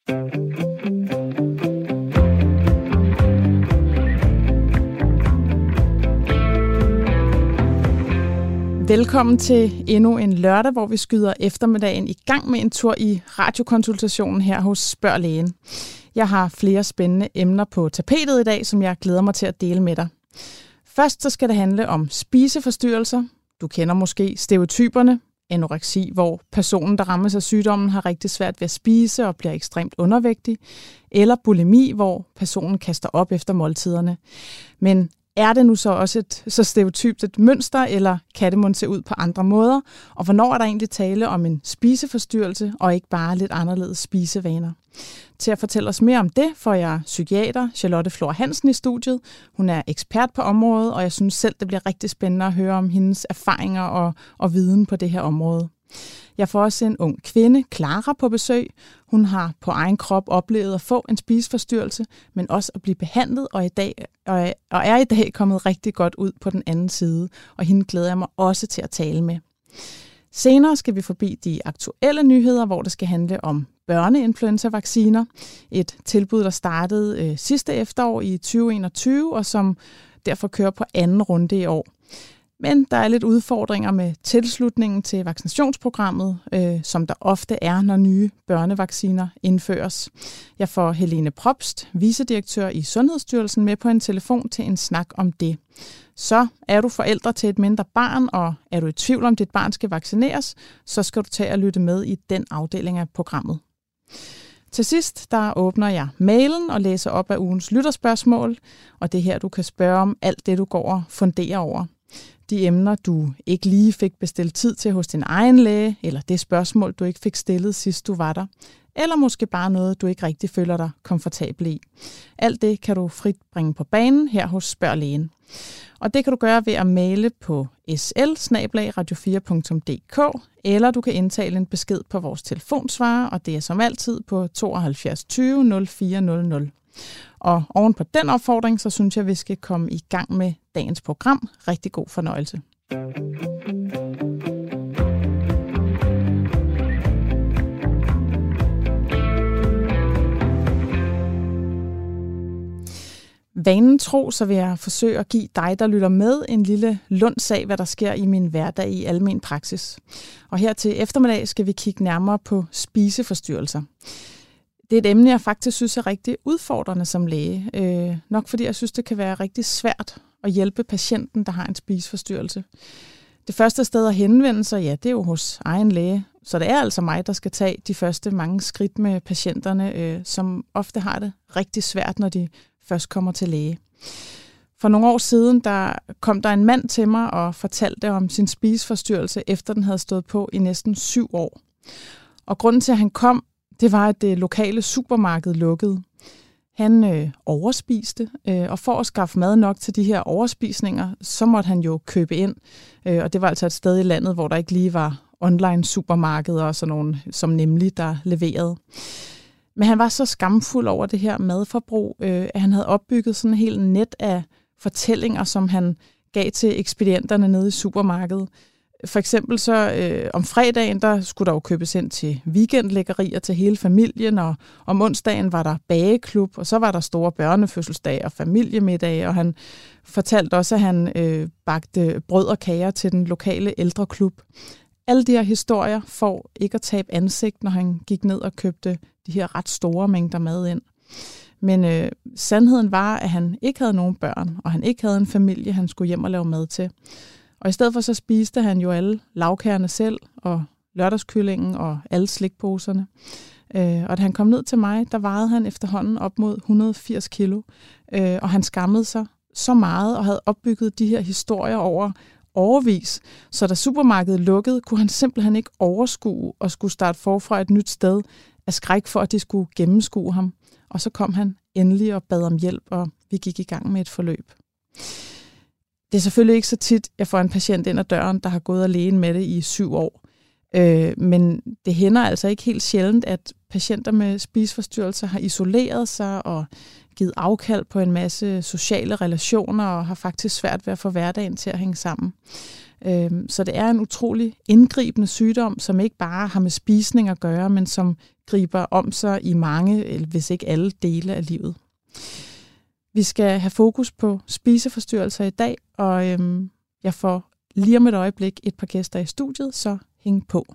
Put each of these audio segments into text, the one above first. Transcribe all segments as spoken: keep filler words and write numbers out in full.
Velkommen til endnu en lørdag, hvor vi skyder eftermiddagen i gang med en tur i radiokonsultationen her hos Spørg Lægen. Jeg har flere spændende emner på tapetet i dag, som jeg glæder mig til at dele med dig. Først så skal det handle om spiseforstyrrelser. Du kender måske stereotyperne. Anoreksi, hvor personen, der rammes af sygdommen, har rigtig svært ved at spise og bliver ekstremt undervægtig. Eller bulimi, hvor personen kaster op efter måltiderne. Men er det nu så også et så stereotypt et mønster, eller kan det måske se ud på andre måder? Og hvornår er der egentlig tale om en spiseforstyrrelse, og ikke bare lidt anderledes spisevaner? Til at fortælle os mere om det, får jeg psykiater Charlotte Flor Hansen i studiet. Hun er ekspert på området, og jeg synes selv, det bliver rigtig spændende at høre om hendes erfaringer og, og viden på det her område. Jeg får også en ung kvinde, Clara, på besøg. Hun har på egen krop oplevet at få en spiseforstyrrelse, men også at blive behandlet, og, i dag, og er i dag kommet rigtig godt ud på den anden side. Og hende glæder jeg mig også til at tale med. Senere skal vi forbi de aktuelle nyheder, hvor det skal handle om børneinfluenza-vacciner. Et tilbud, der startede øh, sidste efterår i tyve enogtyve, og som derfor kører på anden runde i år. Men der er lidt udfordringer med tilslutningen til vaccinationsprogrammet, øh, som der ofte er, når nye børnevacciner indføres. Jeg får Helene Probst, vicedirektør i Sundhedsstyrelsen, med på en telefon til en snak om det. Så er du forældre til et mindre barn, og er du i tvivl om, dit barn skal vaccineres, så skal du tage og lytte med i den afdeling af programmet. Til sidst, der åbner jeg mailen og læser op af ugens lytterspørgsmål, og det er her, du kan spørge om alt det, du går og funderer over. De emner, du ikke lige fik bestilt tid til hos din egen læge, eller det spørgsmål, du ikke fik stillet sidst du var der, eller måske bare noget, du ikke rigtig føler dig komfortabel i. Alt det kan du frit bringe på banen her hos Spørg Lægen. Og det kan du gøre ved at maile på s l bindestreg radio fire punktum d k, eller du kan indtale en besked på vores telefonsvarer, og det er som altid på tooghalvfjerds tyve nul fire nul nul. Og oven på den opfordring, så synes jeg, vi skal komme i gang med dagens program. Rigtig god fornøjelse. Vanen tro, så vil jeg forsøge at give dig, der lytter med, en lille lunds af, hvad der sker i min hverdag i almen praksis. Og her til eftermiddag skal vi kigge nærmere på spiseforstyrrelser. Det er et emne, jeg faktisk synes er rigtig udfordrende som læge. Øh, nok fordi jeg synes, det kan være rigtig svært at hjælpe patienten, der har en spiseforstyrrelse. Det første sted at henvende sig, ja, det er jo hos egen læge. Så det er altså mig, der skal tage de første mange skridt med patienterne, øh, som ofte har det rigtig svært, når de først kommer til læge. For nogle år siden, der kom der en mand til mig og fortalte om sin spiseforstyrrelse, efter den havde stået på i næsten syv år. Og grunden til, at han kom, det var, at det lokale supermarked lukkede. Han øh, overspiste, øh, og for at skaffe mad nok til de her overspisninger, så måtte han jo købe ind. Øh, og det var altså et sted i landet, hvor der ikke lige var online supermarkeder og sådan nogle, som nemlig der leverede. Men han var så skamfuld over det her madforbrug, øh, at han havde opbygget sådan en hel net af fortællinger, som han gav til ekspedienterne nede i supermarkedet. For eksempel så øh, om fredagen, der skulle der jo købes ind til weekendlæggerier til hele familien, og om onsdagen var der bageklub, og så var der store børnefødselsdage og familiemiddag, og han fortalte også, at han øh, bagte brød og kager til den lokale ældreklub. Alle de her historier får ikke at tabe ansigt, når han gik ned og købte de her ret store mængder mad ind. Men øh, sandheden var, at han ikke havde nogen børn, og han ikke havde en familie, han skulle hjem og lave mad til. Og i stedet for så spiste han jo alle lavkagerne selv, og lørdagskyllingen og alle slikposerne. Øh, og da han kom ned til mig, der vejede han efterhånden op mod et hundrede og firs kilo. Øh, og han skammede sig så meget og havde opbygget de her historier over årevis. Så da supermarkedet lukkede, kunne han simpelthen ikke overskue og skulle starte forfra et nyt sted af skræk for, at de skulle gennemskue ham. Og så kom han endelig og bad om hjælp, og vi gik i gang med et forløb. Det er selvfølgelig ikke så tit, jeg får en patient ind ad døren, der har gået alene med det i syv år. Øh, men det hænder altså ikke helt sjældent, at patienter med spiseforstyrrelser har isoleret sig og givet afkald på en masse sociale relationer og har faktisk svært ved at få hverdagen til at hænge sammen. Så det er en utrolig indgribende sygdom, som ikke bare har med spisning at gøre, men som griber om sig i mange, hvis ikke alle dele af livet. Vi skal have fokus på spiseforstyrrelser i dag, og øhm, jeg får lige om et øjeblik et par gæster i studiet, så hæng på.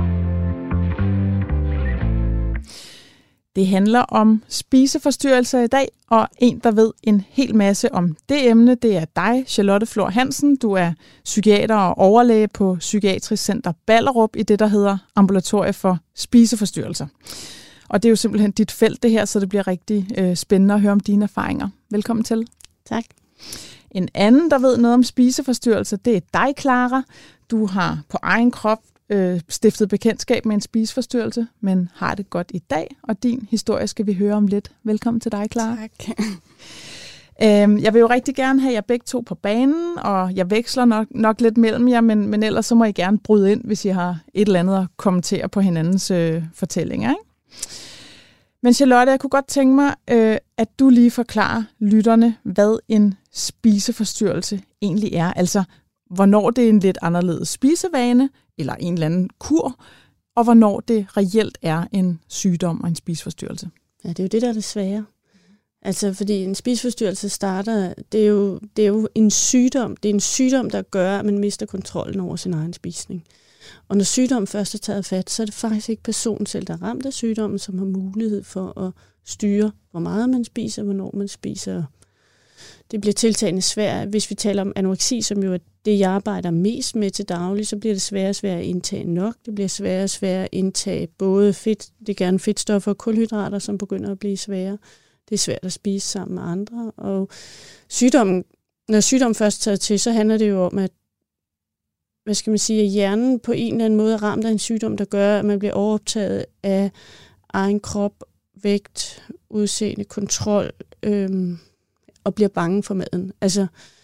Det handler om spiseforstyrrelser i dag, og en, der ved en hel masse om det emne, det er dig, Charlotte Flor Hansen. Du er psykiater og overlæge på Psykiatrisk Center Ballerup i det, der hedder Ambulatorie for Spiseforstyrrelser. Og det er jo simpelthen dit felt, det her, så det bliver rigtig øh, spændende at høre om dine erfaringer. Velkommen til. Tak. En anden, der ved noget om spiseforstyrrelser, det er dig, Clara. Du har på egen krop øh, stiftet bekendtskab med en spiseforstyrrelse, men har det godt i dag, og din historie skal vi høre om lidt. Velkommen til dig, Clara. Tak. Øhm, jeg vil jo rigtig gerne have jer begge to på banen, og jeg veksler nok, nok lidt mellem jer, men, men ellers så må I gerne bryde ind, hvis I har et eller andet at kommentere på hinandens øh, fortællinger, ikke? Men Charlotte, jeg kunne godt tænke mig, øh, at du lige forklarer lytterne, hvad en spiseforstyrrelse egentlig er. Altså, hvornår det er en lidt anderledes spisevane, eller en eller anden kur, og hvornår det reelt er en sygdom og en spiseforstyrrelse. Ja, det er jo det, der er det svære. Altså, fordi en spiseforstyrrelse starter, det er, jo, det er jo en sygdom. Det er en sygdom, der gør, at man mister kontrollen over sin egen spisning. Og når sygdommen først er taget fat, så er det faktisk ikke personen selv, der er ramt af sygdommen, som har mulighed for at styre, hvor meget man spiser, hvornår man spiser. Det bliver tiltagende svært. Hvis vi taler om anoreksi, som jo er det, jeg arbejder mest med til daglig, så bliver det sværere og sværere at indtage nok. Det bliver sværere og sværere at indtage både fedt, det er gerne fedtstoffer og kulhydrater, som begynder at blive svære. Det er svært at spise sammen med andre. Og sygdommen, når sygdommen først tager til, så handler det jo om, at hvad skal man sige, at hjernen på en eller anden måde er ramt af en sygdom, der gør, at man bliver overoptaget af egen krop, vægt, udseende, kontrol, øhm, og bliver bange for maden. Altså,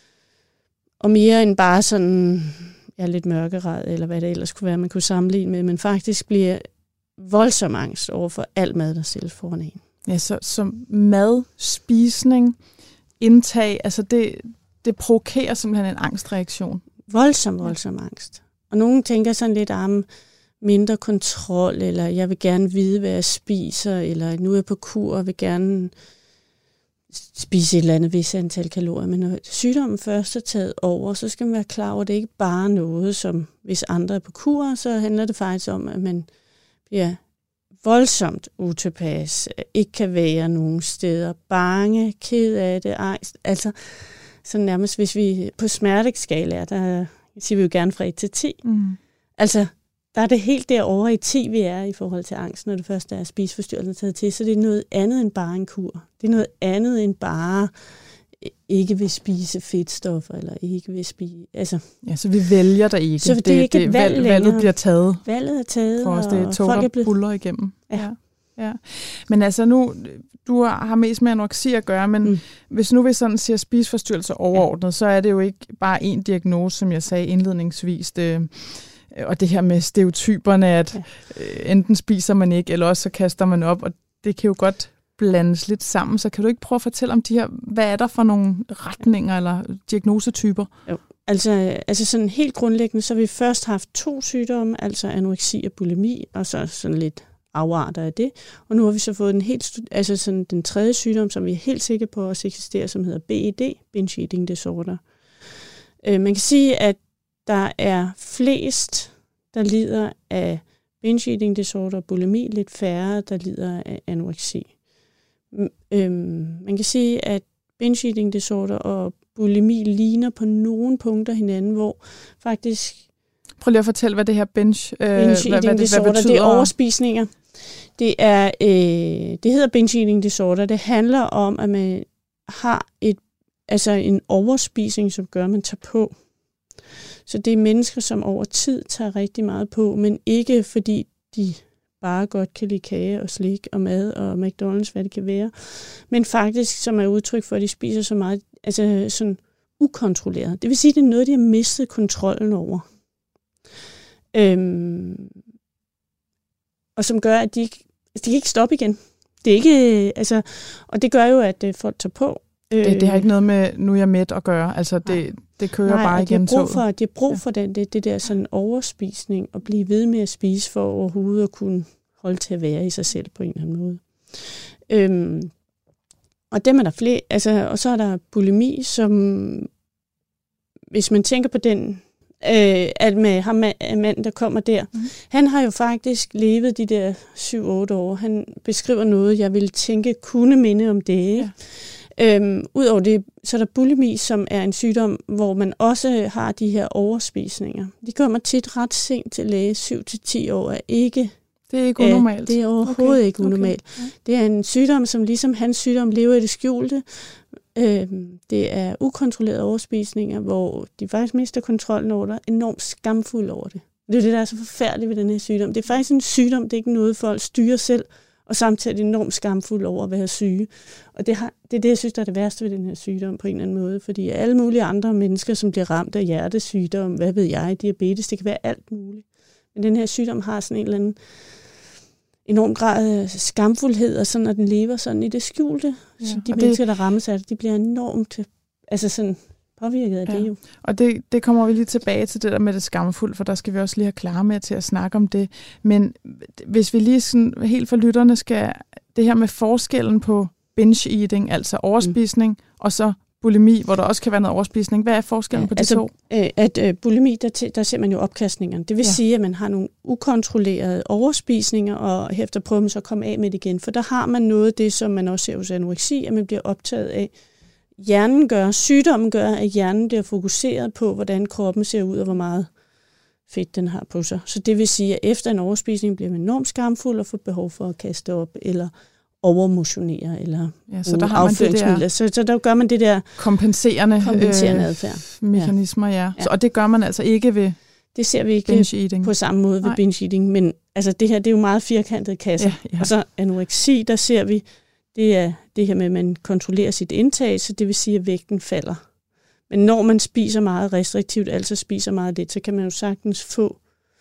og mere end bare sådan, ja, lidt mørkeret, eller hvad det ellers kunne være, man kunne sammenligne med, men faktisk bliver voldsom angst over for alt mad, der stilles foran en. Ja, så, så mad, spisning, indtag, altså det, det provokerer simpelthen en angstreaktion. Voldsom, voldsom angst. Og nogen tænker sådan lidt om mindre kontrol, eller jeg vil gerne vide, hvad jeg spiser, eller nu er jeg på kur og vil gerne spise et eller andet vis antal kalorier. Men når sygdommen først er taget over, så skal man være klar over, at det ikke bare er noget, som hvis andre er på kur, så handler det faktisk om, at man bliver voldsomt utilpas, ikke kan være nogen steder, bange, ked af det, angst. Altså, så nærmest, hvis vi på smerteskala, der siger vi jo gerne fra et til ti. Mm. Altså, der er det helt derovre i ti, vi er i forhold til angst, når det først er spiseforstyrrelsen taget til. Så det er noget andet end bare en kur. Det er noget andet end bare ikke vil spise fedtstoffer, eller ikke vil spise... Altså, ja, så vi vælger der ikke. Så det, det er ikke det, et valg valg, valget bliver taget. Valget er taget, for os. Det er tog, der blevet... buller igennem. Ja. Ja. Ja. Men altså nu, du har mest med anoreksi at gøre, men mm. hvis nu vi sådan siger spiseforstyrrelse overordnet, ja. Så er det jo ikke bare en diagnose, som jeg sagde indledningsvis. Det, og det her med stereotyperne, at ja. enten spiser man ikke, eller også så kaster man op, og det kan jo godt blandes lidt sammen. Så kan du ikke prøve at fortælle om de her, hvad er der for nogle retninger eller diagnosetyper? Jo. Altså, altså sådan helt grundlæggende, så har vi først haft to sygdomme, altså anoreksi og bulimi, og så sådan lidt afarter af det. Og nu har vi så fået den, helt, altså sådan den tredje sygdom, som vi er helt sikre på også eksisterer, som hedder B E D, Binge Eating Disorder. Øh, man kan sige, at der er flest, der lider af Binge Eating Disorder og bulimi, lidt færre, der lider af anoreksi. Øhm, man kan sige, at Binge Eating Disorder og bulimi ligner på nogle punkter hinanden, hvor faktisk... Prøv lige at fortælle, hvad det her binge, øh, binge eating hvad, hvad, disorder, hvad betyder. Det er overspisninger. Det, er, øh, det hedder binge eating disorder. Det handler om, at man har et, altså en overspisning, som gør, at man tager på. Så det er mennesker, som over tid tager rigtig meget på, men ikke fordi de bare godt kan lide kage og slik og mad og McDonald's, hvad det kan være. Men faktisk, som er udtryk for, at de spiser så meget, altså sådan ukontrolleret. Det vil sige, at det er noget, de har mistet kontrollen over. Øhm, og som gør, at de ikke de kan ikke stoppe igen. Det er ikke, altså, og det gør jo, at øh, folk tager på. Det, det har ikke noget med, nu er jeg mæt at gøre. Altså, det, det kører Nej, bare igen toget. Nej, det er brug for den, det, det der sådan overspisning, og blive ved med at spise for overhovedet at kunne holde til at være i sig selv på en eller anden måde. Øhm, og dem er der flere, altså, og så er der bulimi, som, hvis man tænker på den, øh, at med ham manden, der kommer der, mm. han har jo faktisk levet de der syv otte år. Han beskriver noget, jeg ville tænke kunne minde om det, ikke? Ja. Øhm, Udover det, så er der bulimi, som er en sygdom, hvor man også har de her overspisninger. De kommer tit ret sent til læge, syv til ti år er ikke... Det er ikke unormalt? Øh, det er overhovedet okay. ikke unormalt. Okay. Det er en sygdom, som ligesom hans sygdom lever i det skjulte. Øhm, det er ukontrollerede overspisninger, hvor de faktisk mister kontrollen over det, enormt skamfulde over det. Det er det, der er så forfærdeligt ved den her sygdom. Det er faktisk en sygdom, det er ikke noget, folk styrer selv, og samtidig enormt skamfuld over at være syge. Og det, har, det er det, jeg synes, der er det værste ved den her sygdom på en eller anden måde. Fordi alle mulige andre mennesker, som bliver ramt af hjertesygdom, hvad ved jeg, diabetes, det kan være alt muligt. Men den her sygdom har sådan en eller anden enorm grad af skamfuldhed, og sådan, at den lever sådan i det skjulte. Ja, så de mennesker, det, der rammes af det, de bliver enormt altså sådan, påvirket af ja. det jo. Og det, det kommer vi lige tilbage til, det der med det skamfulde, for der skal vi også lige have Clara med til at snakke om det. Men hvis vi lige sådan, helt for lytterne skal, det her med forskellen på binge eating, altså overspisning, mm. og så bulimi, hvor der også kan være noget overspisning. Hvad er forskellen ja, på de altså, to? Øh, at øh, bulimi, der, der ser man jo opkastningerne. Det vil ja. sige, at man har nogle ukontrollerede overspisninger, og efter prøver man så at komme af med det igen. For der har man noget af det, som man også ser hos anoreksi, at man bliver optaget af. Hjernen gør, sygdommen gør, at hjernen bliver fokuseret på, hvordan kroppen ser ud, og hvor meget fedt den har på sig. Så det vil sige, at efter en overspisning bliver man enormt skamfuld og får behov for at kaste op, eller overmotionere, eller ja, så der har man det der, så, så der gør man det der kompenserende, kompenserende øh, adfærd. Mekanismer, ja. ja. Så, og det gør man altså ikke ved det ser vi ikke binge eating. På samme måde ved Nej. binge eating, men altså det her, det er jo meget firkantede kasser. Ja, ja. Og så anoreksi, der ser vi, det er det her med, at man kontrollerer sit indtag, så det vil sige, at vægten falder. Men når man spiser meget restriktivt, altså spiser meget lidt, så kan man jo sagtens få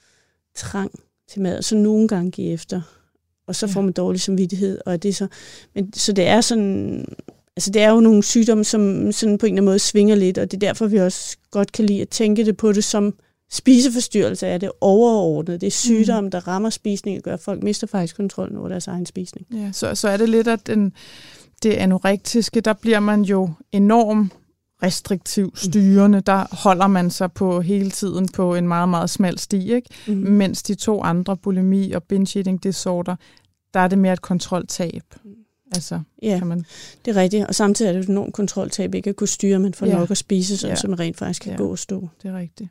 trang til mad, så nogle gange give efter. Og så får man dårlig samvittighed, og det så, men så det er sådan, altså det er jo nogle sygdomme, som sådan på en eller anden måde svinger lidt, og det er derfor vi også godt kan lide at tænke det på det som spiseforstyrrelse, er det overordnet. Det er sygdom, der rammer spisning og gør, at folk mister faktisk kontrollen over deres egen spisning. Ja, så, så er det lidt, at den, det anorektiske, der bliver man jo enormt restriktiv styrende, der holder man sig på hele tiden på en meget, meget smal sti, ikke? Mm. Mens de to andre, bulimi og binge eating disorder, der er det mere et kontroltab. Altså, ja, kan man... det er rigtigt, og samtidig er det et enormt kontroltab, ikke at kunne styre, man får ja. nok at spise, sådan, ja. så man rent faktisk kan ja. gå og stå. Det er rigtigt.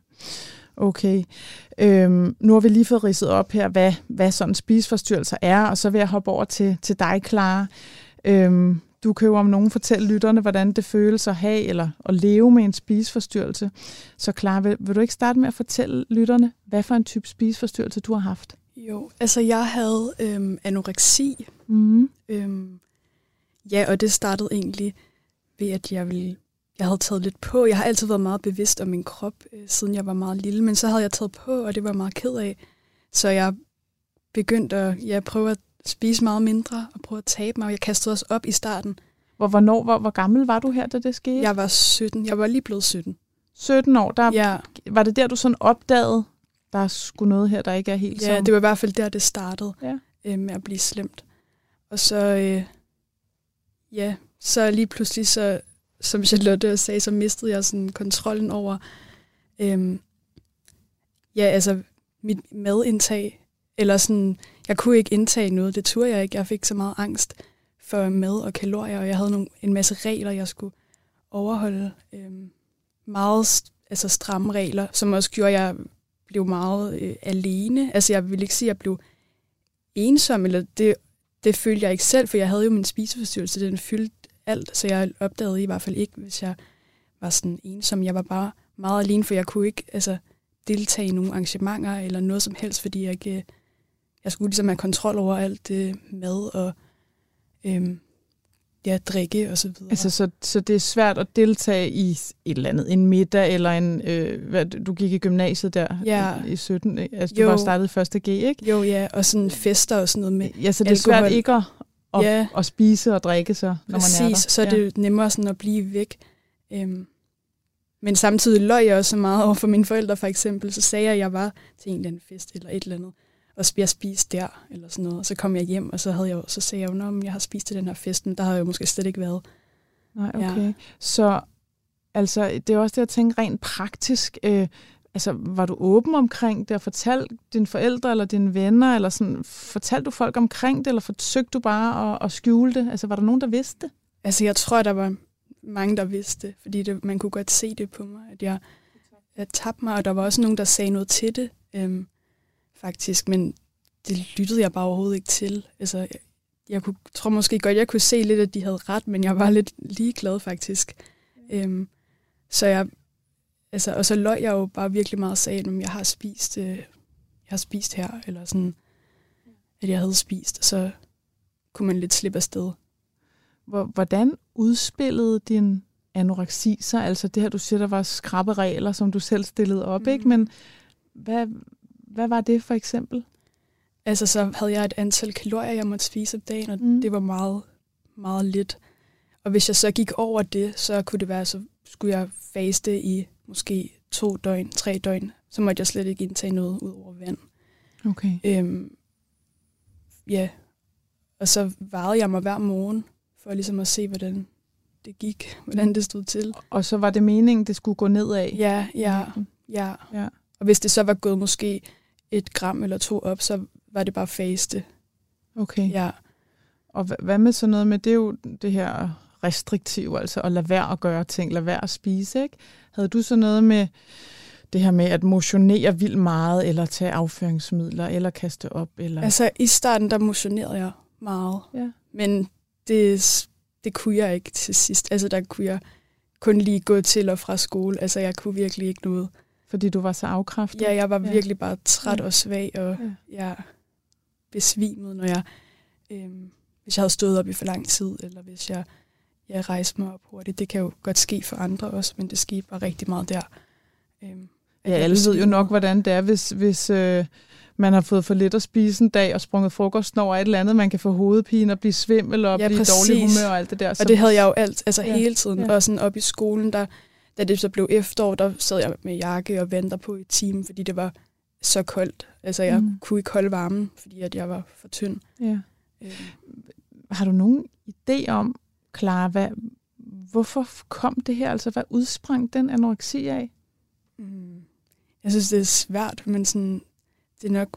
Okay. Øhm, nu har vi lige fået ridset op her, hvad, hvad sådan spiseforstyrrelser er, og så vil jeg hoppe over til, til dig, Clara. Øhm, Du kan jo om nogen fortælle lytterne, hvordan det føles at have eller at leve med en spiseforstyrrelse. Så Clara, vil, vil du ikke starte med at fortælle lytterne, hvad for en type spiseforstyrrelse du har haft? Jo, altså jeg havde øhm, anoreksi. Mm. Øhm, ja, og det startede egentlig ved, at jeg ville, jeg havde taget lidt på. Jeg har altid været meget bevidst om min krop, øh, siden jeg var meget lille, men så havde jeg taget på, og det var jeg meget ked af. Så jeg begyndte at ja, prøve at spise meget mindre og prøve at tabe mig, og jeg kastede også op i starten. Hvor, hvornår, hvor, hvor gammel var du her, da det skete? Jeg var sytten. Jeg var lige blevet sytten. sytten år, der ja. Var det der, du sådan opdagede, der er sgu noget her, der ikke er helt ja, som... det var i hvert fald der, det startede ja. øh, med at blive slemt. Og så, øh, ja, så lige pludselig, så, som Charlotte sagde, så mistede jeg sådan kontrollen over, øh, ja, altså mit madindtag, eller sådan, jeg kunne ikke indtage noget, det turde jeg ikke. Jeg fik så meget angst for mad og kalorier, og jeg havde nogle, en masse regler, jeg skulle overholde. Øhm, meget altså stramme regler, som også gjorde, at jeg blev meget øh, alene. Altså jeg vil ikke sige, at jeg blev ensom, eller det, det følte jeg ikke selv, for jeg havde jo min spiseforstyrrelse, den fyldte alt, så jeg opdagede i hvert fald ikke, hvis jeg var sådan ensom. Jeg var bare meget alene, for jeg kunne ikke altså, deltage i nogle arrangementer eller noget som helst, fordi jeg ikke... Jeg skulle ligesom have kontrol over alt det mad, og øhm, ja, drikke og så videre. Altså, så, så det er svært at deltage i et eller andet, en middag, eller en, øh, hvad, du gik i gymnasiet der ja. i sytten, altså du jo. var startet i første G, ikke? Jo, ja, og sådan fester og sådan noget med Ja, så det er alkohol. svært ikke at, at, ja. at spise og drikke så, når Præcis, man er der. så er det ja. nemmere sådan at blive væk. Øhm, men samtidig løg jeg også så meget over for mine forældre, for eksempel. Så sagde jeg, at jeg var til en eller anden fest eller et eller andet, og jeg spiste der, eller sådan noget. Og så kom jeg hjem, og så, havde jeg, så sagde jeg jo, at jeg har spist til den her fest, men der havde jeg jo måske slet ikke været. Nej, okay. Ja. Så altså, det er også det, jeg tænker rent praktisk. Øh, altså, var du åben omkring det, og fortalte dine forældre eller dine venner, eller sådan, fortalte du folk omkring det, eller forsøgte du bare at, at skjule det? Altså, var der nogen, der vidste det? Altså, jeg tror, der var mange, der vidste det, fordi det, man kunne godt se det på mig, at jeg, jeg tabte mig, og der var også nogen, der sagde noget til det, øhm, faktisk, men det lyttede jeg bare overhovedet ikke til. Altså, jeg, jeg kunne, tror måske godt, jeg kunne se lidt, at de havde ret, men jeg var lidt ligeglad, faktisk. Øhm, så jeg, altså, og så løg jeg jo bare virkelig meget og sagde, at jeg har spist, øh, jeg har spist her, eller sådan, at jeg havde spist, og så kunne man lidt slippe afsted. Hvordan udspillede din anoreksi sig? Altså det her, du siger, der var skrappe regler, som du selv stillede op, mm. ikke? Men hvad, hvad var det for eksempel? Altså så havde jeg et antal kalorier, jeg måtte spise om dagen, og mm. det var meget, meget lidt. Og hvis jeg så gik over det, så kunne det være, så skulle jeg faste i måske to døgn, tre døgn. Så måtte jeg slet ikke indtage noget ud over vand. Okay. Øhm, ja, og så vejede jeg mig hver morgen, for ligesom at se, hvordan det gik, hvordan det stod til. Og så var det meningen, det skulle gå nedad? Ja, ja, ja. ja. Og hvis det så var gået måske et gram eller to op, så var det bare faste. Okay. Ja. Og hvad med sådan noget med, det er jo det her restriktive, altså at lade være at gøre ting, lade være at spise, ikke? Havde du så noget med det her med at motionere vildt meget, eller tage afføringsmidler, eller kaste op? Eller? Altså i starten, der motionerede jeg meget. Ja. Men det, det kunne jeg ikke til sidst. Altså der kunne jeg kun lige gå til og fra skole. Altså jeg kunne virkelig ikke noget. Fordi du var så afkræftet? Ja, jeg var ja. virkelig bare træt ja. og svag, og ja. jeg besvimede, når jeg, øhm, hvis jeg havde stået op i for lang tid, eller hvis jeg, jeg rejste mig op hurtigt. Det kan jo godt ske for andre også, men det skete bare rigtig meget der. Øhm, ja, alle ved jo nok, hvordan det er, hvis, hvis øh, man har fået for lidt at spise en dag, og sprunget frokosten over et eller andet, man kan få hovedpine og blive svimmel og ja, blive præcis. dårlig humør og alt det der. Og det havde jeg jo alt, altså ja. hele tiden. Ja. Og sådan op i skolen, der, da det så blev efterår, der sad jeg med jakke og venter på i timen, fordi det var så koldt. Altså jeg mm. kunne ikke holde varmen, fordi at jeg var for tynd. Ja. Øhm. Har du nogen idé om, Clara, hvad, hvorfor kom det her? Altså hvad udsprang den anoreksi af? Mm. Jeg synes, det er svært, men sådan, det er nok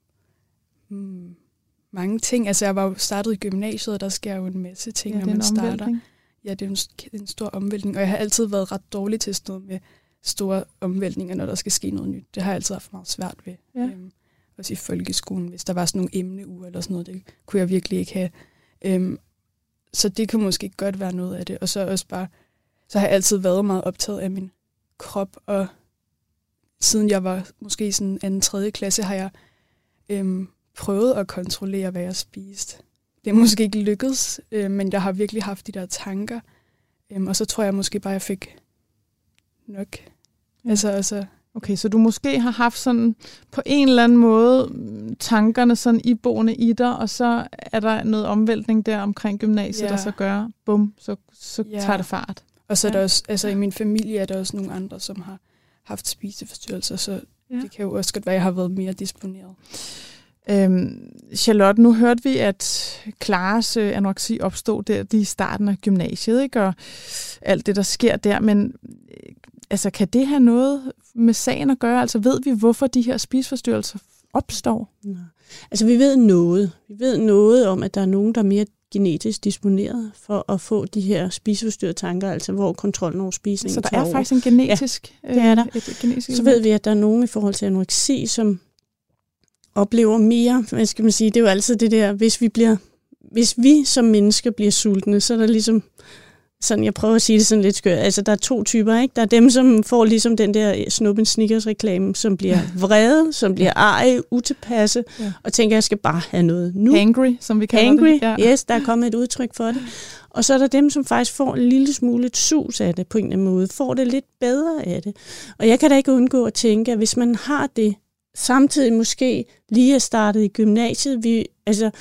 mm, mange ting. Altså jeg var jo startet i gymnasiet, og der sker jo en masse ting, ja, når man starter. Omvæltning. Ja, det er en, en stor omvæltning, og jeg har altid været ret dårlig til sådan noget med store omvæltninger, når der skal ske noget nyt. Det har jeg altid haft meget svært ved. Ja. Øhm, også i folkeskolen, hvis der var sådan nogle emneuger eller sådan noget, det kunne jeg virkelig ikke have. Øhm, så det kunne måske godt være noget af det. Og så også bare, så har jeg altid været meget optaget af min krop, og siden jeg var måske i sådan anden, tredje klasse, har jeg øhm, prøvet at kontrollere, hvad jeg spiste. Det er måske ikke lykkedes, øh, men jeg har virkelig haft de der tanker. Øhm, og så tror jeg måske bare, jeg fik nok. Ja. Altså, altså, okay, så du måske har haft sådan på en eller anden måde tankerne sådan iboende i dig, og så er der noget omvæltning der omkring gymnasiet, ja. der så gør, bum, så, så ja. tager det fart. Og så ja. er der også, altså i min familie er der også nogle andre, som har haft spiseforstyrrelser, så ja. det kan jo også godt være, at jeg har været mere disponeret. Øhm, Charlotte, nu hørte vi, at Claras øh, anoreksi opstod der i starten af gymnasiet, ikke? Og alt det, der sker der, men øh, altså, kan det have noget med sagen at gøre? Altså ved vi, hvorfor de her spiseforstyrrelser opstår? Nej. Altså vi ved noget. Vi ved noget om, at der er nogen, der er mere genetisk disponeret for at få de her spiseforstyrrede tanker, altså hvor kontrollen over spisningen Så der tager er over. faktisk en genetisk... Ja, det er der. Øh, et genetisk så ved vi, at der er nogen i forhold til anoreksi, som oplever mere, hvad skal man sige, det er jo altid det der, hvis vi bliver, hvis vi som mennesker bliver sultne, så er der ligesom, sådan, jeg prøver at sige det sådan lidt skørt. Altså, der er to typer, ikke? Der er dem, som får ligesom den der Snuppen Snickers-reklame, som bliver vrede, som bliver arge, utilpasse, ja. og tænker, jeg skal bare have noget nu. Hangry, som vi kalder Hangry, det. Ja. Yes, der er kommet et udtryk for det. Og så er der dem, som faktisk får en lille smule et sus af det på en eller anden måde, får det lidt bedre af det. Og jeg kan da ikke undgå at tænke, at hvis man har det, samtidig måske lige er startet i gymnasiet, vi, altså,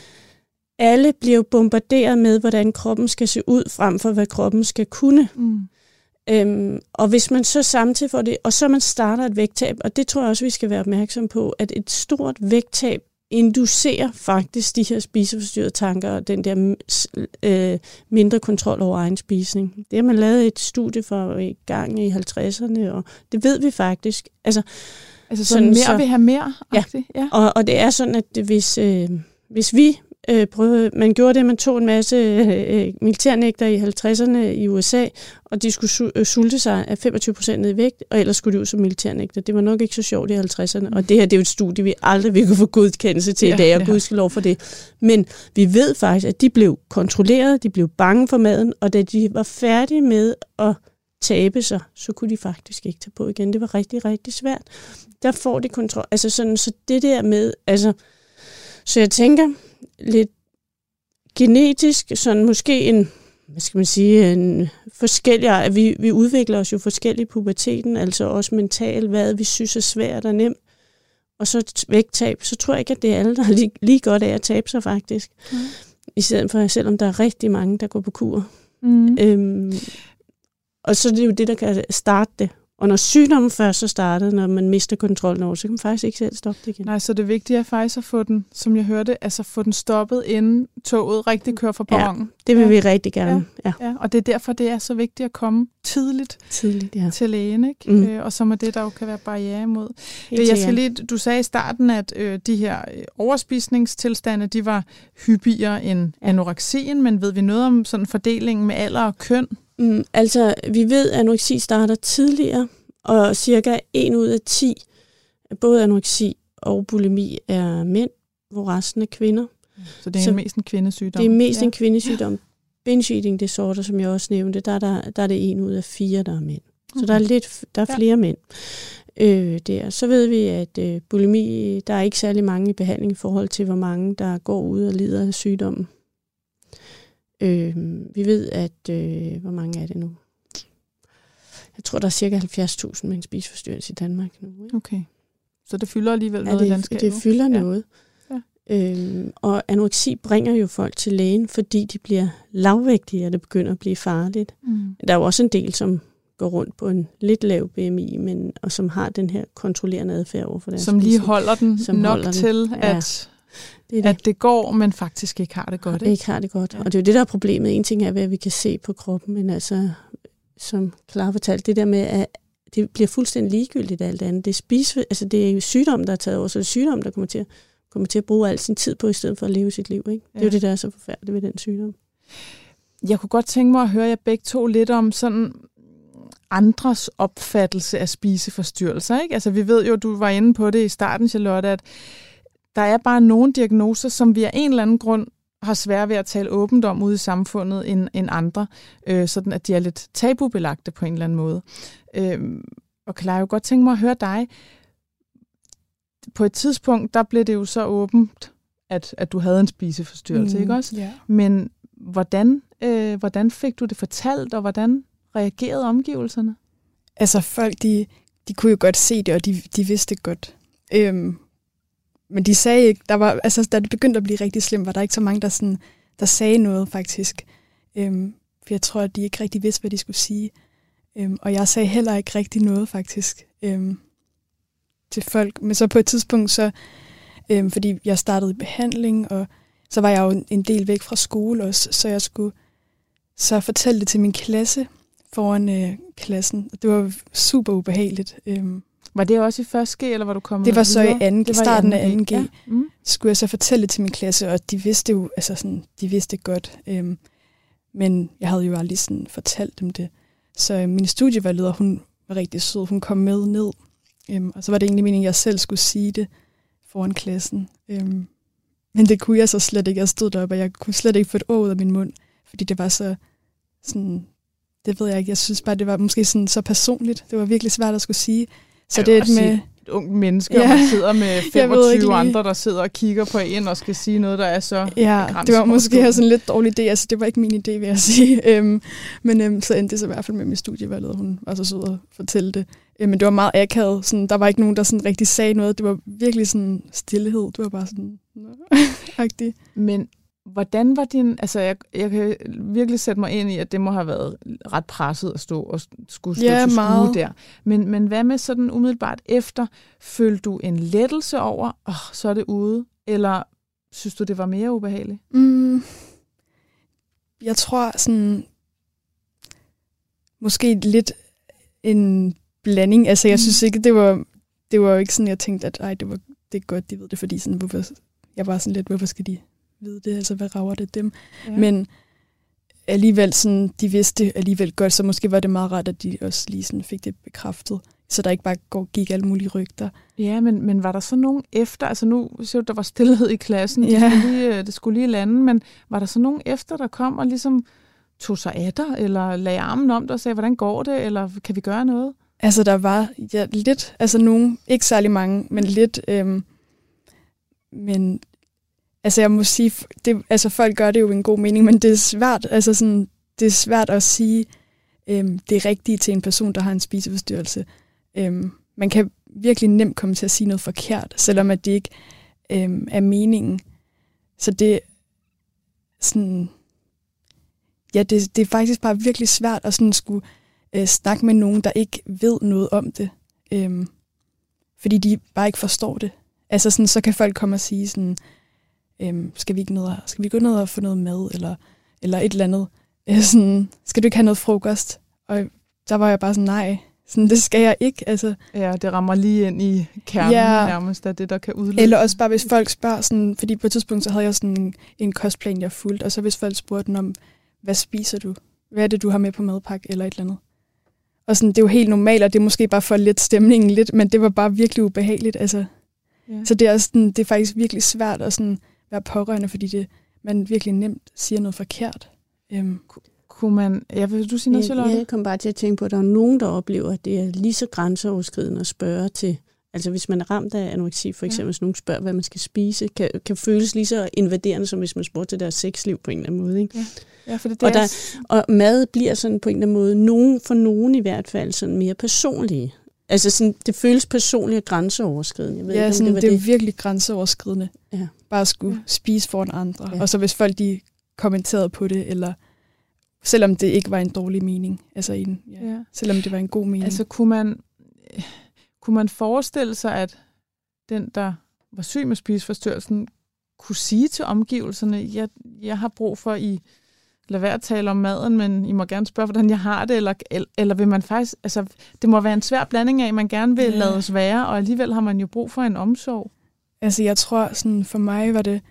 alle bliver jo bombarderet med, hvordan kroppen skal se ud, frem for hvad kroppen skal kunne. Mm. Øhm, og hvis man så samtidig får det, og så man starter et vægttab, og det tror jeg også, vi skal være opmærksom på, at et stort vægttab inducerer faktisk de her spiseforstyrrede tanker og den der øh, mindre kontrol over egen spisning. Det har man lavet et studie for i gang i halvtredserne, og det ved vi faktisk. Altså, altså sådan, sådan mere så, vil have mere? Ja, ja. Og, og det er sådan, at det, hvis, øh, hvis vi øh, prøvede, man gjorde det, man tog en masse øh, militærnægter i halvtredserne i U S A, og de skulle su- øh, sulte sig af femogtyve procent ned i vægt, og ellers skulle de ud som militærnægter. Det var nok ikke så sjovt i halvtredserne, og det her det er jo et studie, vi aldrig vil kunne få godkendelse til ja, i dag, og ja. Gud skal lov for det. Men vi ved faktisk, at de blev kontrolleret, de blev bange for maden, og da de var færdige med at tabe sig, så kunne de faktisk ikke tage på igen. Det var rigtig, rigtig svært. Der får de kontrol. Altså sådan, så det der med, altså, så jeg tænker lidt genetisk, sådan måske en, hvad skal man sige, en forskellig, at vi, vi udvikler os jo forskelligt i puberteten, altså også mentalt, hvad vi synes er svært og nemt, og så vægttab, så tror jeg ikke, at det er alle, der er lige, lige godt af at tabe sig faktisk. Mm. I stedet for, selvom der er rigtig mange, der går på kur. Mm. Øhm, og så er det jo det, der kan starte det. Og når sygdommen først så startede, når man mister kontrollen over, så kan man faktisk ikke selv stoppe det igen. Nej, så det vigtige er faktisk at få den, som jeg hørte, altså få den stoppet, inden toget rigtig kører fra perronen. Ja, det vil ja. vi rigtig gerne. Ja. Ja. Ja, og det er derfor, det er så vigtigt at komme tidligt, tidligt ja. til lægen, ikke? Mm. Øh, og så må det, der jo kan være barriere imod. Det, jeg skal lige, du sagde i starten, at øh, de her overspisningstilstande, de var hyppigere end ja. anoreksien, men ved vi noget om sådan fordelingen med alder og køn? Mm, altså, vi ved, at anoreksi starter tidligere, og cirka en ud af ti, både anoreksi og bulimi, er mænd, hvor resten er kvinder. Så det er Så mest en kvindesygdom? Det er mest ja. en kvindesygdom. Ja. Binge eating disorder, som jeg også nævnte, der er, der, der er det en ud af fire, der er mænd. Okay. Så der er, lidt, der er flere ja. mænd. Øh, der. Så ved vi, at øh, bulimi, der er ikke særlig mange i behandling i forhold til, hvor mange der går ud og lider af sygdommen. Øh, vi ved, at... Øh, hvor mange er det nu? Jeg tror, der er cirka halvfjerds tusind med en spiseforstyrrelse i Danmark nu. Ikke? Okay. Så det fylder alligevel ja, noget det, i landskabet? det fylder ja. noget. Ja. Øh, og anoreksi bringer jo folk til lægen, fordi de bliver lavvægtige, og det begynder at blive farligt. Mm. Der er jo også en del, som går rundt på en lidt lav B M I, men, og som har den her kontrollerende adfærd over for deres Som lige holder den som nok holder til, den. at... Ja. Det, det. At det går, men faktisk ikke har det godt. Ikke, ikke har det godt. Ja. Og det er jo det, der er problemet. En ting er, hvad vi kan se på kroppen, men altså, som Clara fortalte, det der med, at det bliver fuldstændig ligegyldigt alt andet. Det er, spise, altså, det er jo sygdom, der er taget over, så det er sygdom, der kommer til, at, kommer til at bruge al sin tid på, i stedet for at leve sit liv. Ikke? Ja. Det er jo det, der er så forfærdeligt ved den sygdom. Jeg kunne godt tænke mig at høre jer begge to lidt om sådan andres opfattelse af spiseforstyrrelser. Ikke? Altså, vi ved jo, du var inde på det i starten, Charlotte, at der er bare nogle diagnoser, som vi af en eller anden grund har svært ved at tale åbent om ude i samfundet end, end andre, øh, sådan at de er lidt tabubelagte på en eller anden måde. Øh, og Clara, jeg kunne godt tænke mig at høre dig. På et tidspunkt, der blev det jo så åbent, at, at du havde en spiseforstyrrelse, mm, ikke også? Yeah. Men hvordan, øh, hvordan fik du det fortalt, og hvordan reagerede omgivelserne? Altså folk, de, de kunne jo godt se det, og de, de vidste det godt. Øhm, Men de sagde ikke, der var, altså, da det begyndte at blive rigtig slemt, var der ikke så mange, der, sådan, der sagde noget faktisk. Øhm, for jeg tror, at de ikke rigtig vidste, hvad de skulle sige. Øhm, og jeg sagde heller ikke rigtig noget faktisk øhm, til folk. Men så på et tidspunkt, så, øhm, fordi jeg startede i behandling, og så var jeg jo en del væk fra skole også, så jeg skulle så fortælle det til min klasse foran øh, klassen. Det var super ubehageligt. Øhm, Var det også i første G, eller var du kommet Det var så videre? i anden G, starten af anden G. Ja. Mm. Skulle jeg så fortælle det til min klasse, og de vidste jo, altså sådan, de vidste godt. Øhm, men jeg havde jo aldrig sådan fortalt dem det. Så øh, min studievejleder, hun var rigtig sød. Hun kom med ned. Øhm, og så var det egentlig meningen, at jeg selv skulle sige det foran klassen. Øhm, men det kunne jeg så slet ikke. Jeg stod deroppe, og jeg kunne slet ikke få et ord ud af min mund, fordi det var så sådan, det ved jeg ikke, jeg synes bare, det var måske sådan så personligt. Det var virkelig svært at skulle sige. Så det er et med... Et ungt menneske, ja. Og man sidder med femogtyve andre, der sidder og kigger på en og skal sige noget, der er så... Ja, det var måske sådan en lidt dårlig idé. Altså, det var ikke min idé, vil jeg sige. Øhm, men øhm, så endte det så i hvert fald med min studievalget. Hun var så sød at fortælle det. Øhm, men det var meget akavet. Sådan, der var ikke nogen, der sådan rigtig sagde noget. Det var virkelig sådan stillhed. Det var bare sådan... agtigt. Men hvordan var din... Altså, jeg, jeg kan virkelig sætte mig ind i, at det må have været ret presset at stå og skulle stå ja, til meget. skue der. Men, men hvad med sådan umiddelbart efter? Følte du en lettelse over, åh, oh, så er det ude? Eller synes du, det var mere ubehageligt? Mm, jeg tror sådan... Måske lidt en blanding. Altså, jeg mm. synes ikke, det var... Det var jo ikke sådan, jeg tænkte, at ej, det, var, det er godt, de ved det, fordi sådan, hvorfor... Jeg var sådan lidt, hvorfor skal de vide det? Altså, hvad rager det dem? Ja. Men alligevel, sådan, de vidste det alligevel godt, så måske var det meget rart, at de også lige sådan fik det bekræftet, så der ikke bare går, gik alle mulige rygter. Ja, men, men var der så nogen efter? Altså nu ser du, der var stillhed i klassen, ja. det, skulle lige, det skulle lige lande, men var der så nogen efter, der kom og ligesom tog sig af dig, eller lagde armen om dig og sagde, hvordan går det, eller kan vi gøre noget? Altså, der var ja, lidt, altså nogen, ikke særlig mange, men lidt, øhm, men altså jeg må sige, det, altså folk gør det jo i en god mening, men det er svært, altså sådan, det er svært at sige øhm, det rigtige til en person, der har en spiseforstyrrelse. Øhm, man kan virkelig nemt komme til at sige noget forkert, selvom at det ikke øhm, er meningen. Så det sådan, ja, det, det er faktisk bare virkelig svært at sådan skulle øh, snakke med nogen, der ikke ved noget om det, øhm, fordi de bare ikke forstår det. Altså sådan, så kan folk komme og sige sådan, øhm, skal vi ikke ned og, skal vi gå ned og få noget mad, eller, eller et eller andet. Øh, sådan, skal du ikke have noget frokost? Og der var jeg bare sådan, nej, sådan, det skal jeg ikke. Altså. Ja, det rammer lige ind i kernen ja. Nærmest af det, der kan udløse. Eller også bare, hvis folk spørger, sådan, fordi på et tidspunkt, så havde jeg sådan en, en kostplan, jeg fulgte, og så hvis folk spurgte om, hvad spiser du? Hvad er det, du har med på madpakke, eller et eller andet? Og sådan, det er jo helt normalt, og det er måske bare for lidt stemningen lidt, men det var bare virkelig ubehageligt. Altså. Ja. Så det er, sådan, det er faktisk virkelig svært at sådan være pårørende, fordi det, man virkelig nemt siger noget forkert. Um. Kunne man... Ja, vil du sige noget, Charlotte? Jeg kom bare til at tænke på, at der er nogen, der oplever, at det er lige så grænseoverskridende at spørge til. Altså hvis man er ramt af anoreksi, for eksempel, ja. Hvis nogen spørger, hvad man skal spise, kan, kan føles lige så invaderende, som hvis man spurgte til deres sexliv på en eller anden måde. Ikke? Ja. Ja, for det, det og, der, og mad bliver sådan på en eller anden måde, nogen, for nogen i hvert fald, sådan mere personlige. Altså sådan, det føles personligt og grænseoverskridende. Jeg ved ja, ikke, sådan, det, det er det. virkelig grænseoverskridende. Ja. Bare at skulle ja. spise foran andre. Ja. Og så hvis folk de kommenterede på det, eller selvom det ikke var en dårlig mening. Altså en, ja, ja. Selvom det var en god mening. Altså kunne man, kunne man forestille sig, at den, der var syg med spiseforstyrrelsen, kunne sige til omgivelserne, jeg, jeg har brug for, I lad være at tale om maden, men I må gerne spørge, hvordan jeg har det, eller, eller vil man faktisk, altså det må være en svær blanding af, at man gerne vil ja. lade os være, og alligevel har man jo brug for en omsorg. Altså jeg tror, sådan for mig var det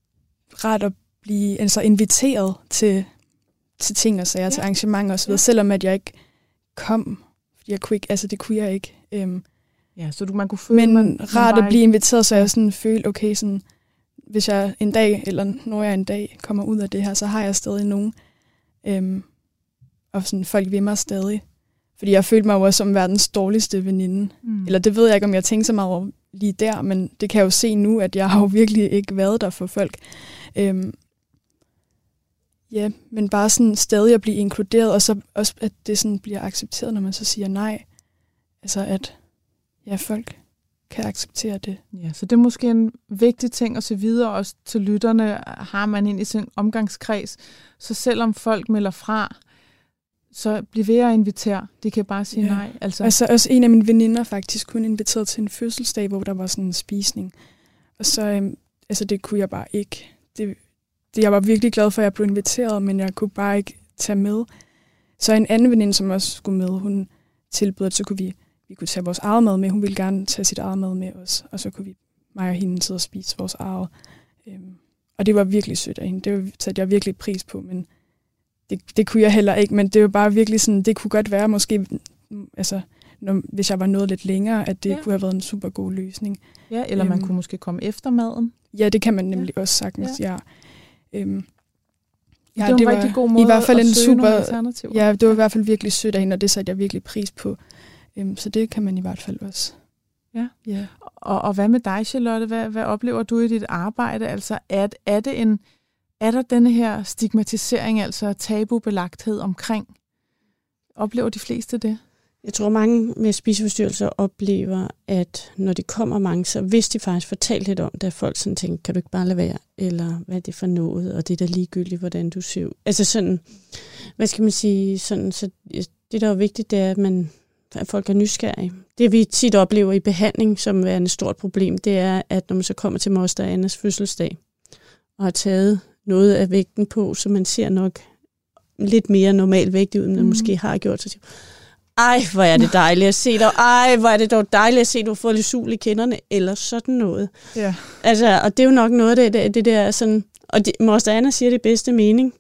rart at blive altså inviteret til, til ting og sager, ja. til arrangementer osv., ja. selvom at jeg ikke kom, fordi jeg kunne ikke, altså det kunne jeg ikke. Øhm, ja, så du, man kunne føle, men man, rart man at blive inviteret, så jeg sådan følte, okay, sådan, hvis jeg en dag, eller når jeg en dag kommer ud af det her, så har jeg stadig nogen, øhm, og sådan folk ved mig stadig. Fordi jeg følte mig jo også som verdens dårligste veninde. Mm. Eller det ved jeg ikke, om jeg tænker så meget over lige der, men det kan jeg jo se nu, at jeg har jo virkelig ikke været der for folk. Øhm, ja, men bare sådan stadig at blive inkluderet, og så også, at det sådan bliver accepteret, når man så siger nej. Altså at, ja, folk kan acceptere det. Ja, så det er måske en vigtig ting at se videre også til lytterne. Har man ind i sin omgangskreds, så selvom folk melder fra, så bliv ved at invitere. De kan bare sige ja. nej. Altså. altså også en af mine veninder faktisk kun inviteret til en fødselsdag, hvor der var sådan en spisning. Og så, øhm, altså det kunne jeg bare ikke. Det, det, jeg var virkelig glad for, at jeg blev inviteret, men jeg kunne bare ikke tage med. Så en anden veninde, som også skulle med, hun tilbød, at så kunne vi Vi kunne tage vores eget mad med. Hun ville gerne tage sit eget mad med os. Og så kunne vi, mig og hende, sidde og spise vores eget. Øhm, og det var virkelig sødt af hende. Det satte jeg virkelig pris på. Men det, det kunne jeg heller ikke. Men det var bare virkelig sådan, det kunne godt være måske, altså, når, hvis jeg var nået lidt længere, at det ja. kunne have været en super god løsning. Ja, eller man øhm, kunne måske komme efter maden. Ja, det kan man nemlig ja. også sagtens, ja. ja. Øhm, Ja, det var det en var rigtig god måde i hvert fald at en søge super, nogle alternativer. Ja, det var i hvert fald virkelig sødt af hende, og det satte jeg virkelig pris på. Um, så det kan man i hvert fald også. Ja. Ja. Og, og hvad med dig, Charlotte? Hvad, hvad oplever du i dit arbejde? Altså, er, er, det en, er der denne her stigmatisering, altså tabubelagthed omkring? Oplever de fleste det? Jeg tror, mange med spiseforstyrrelser oplever, at når de kommer mange, så hvis de faktisk fortalt lidt om det, at folk sådan tænker, kan du ikke bare lade være? Eller hvad er det for noget? Og det er da ligegyldigt, hvordan du ser ud. Altså sådan, hvad skal man sige? Sådan, så det, der er vigtigt, det er, at, man, at folk er nysgerrige. Det vi tit oplever i behandling, som er et stort problem, det er, at når man så kommer til moster Annas fødselsdag, og har taget noget af vægten på, så man ser nok lidt mere normal vægt ud, end man mm. måske har gjort. Så ej, hvor er det dejligt at se dig. Ej, hvor er det dog dejligt at se, at du har fået lidt sul i kinderne. Eller sådan noget. Ja. Altså, og det er jo nok noget af det, det der sådan... Og det, moster Anna siger det bedste mening.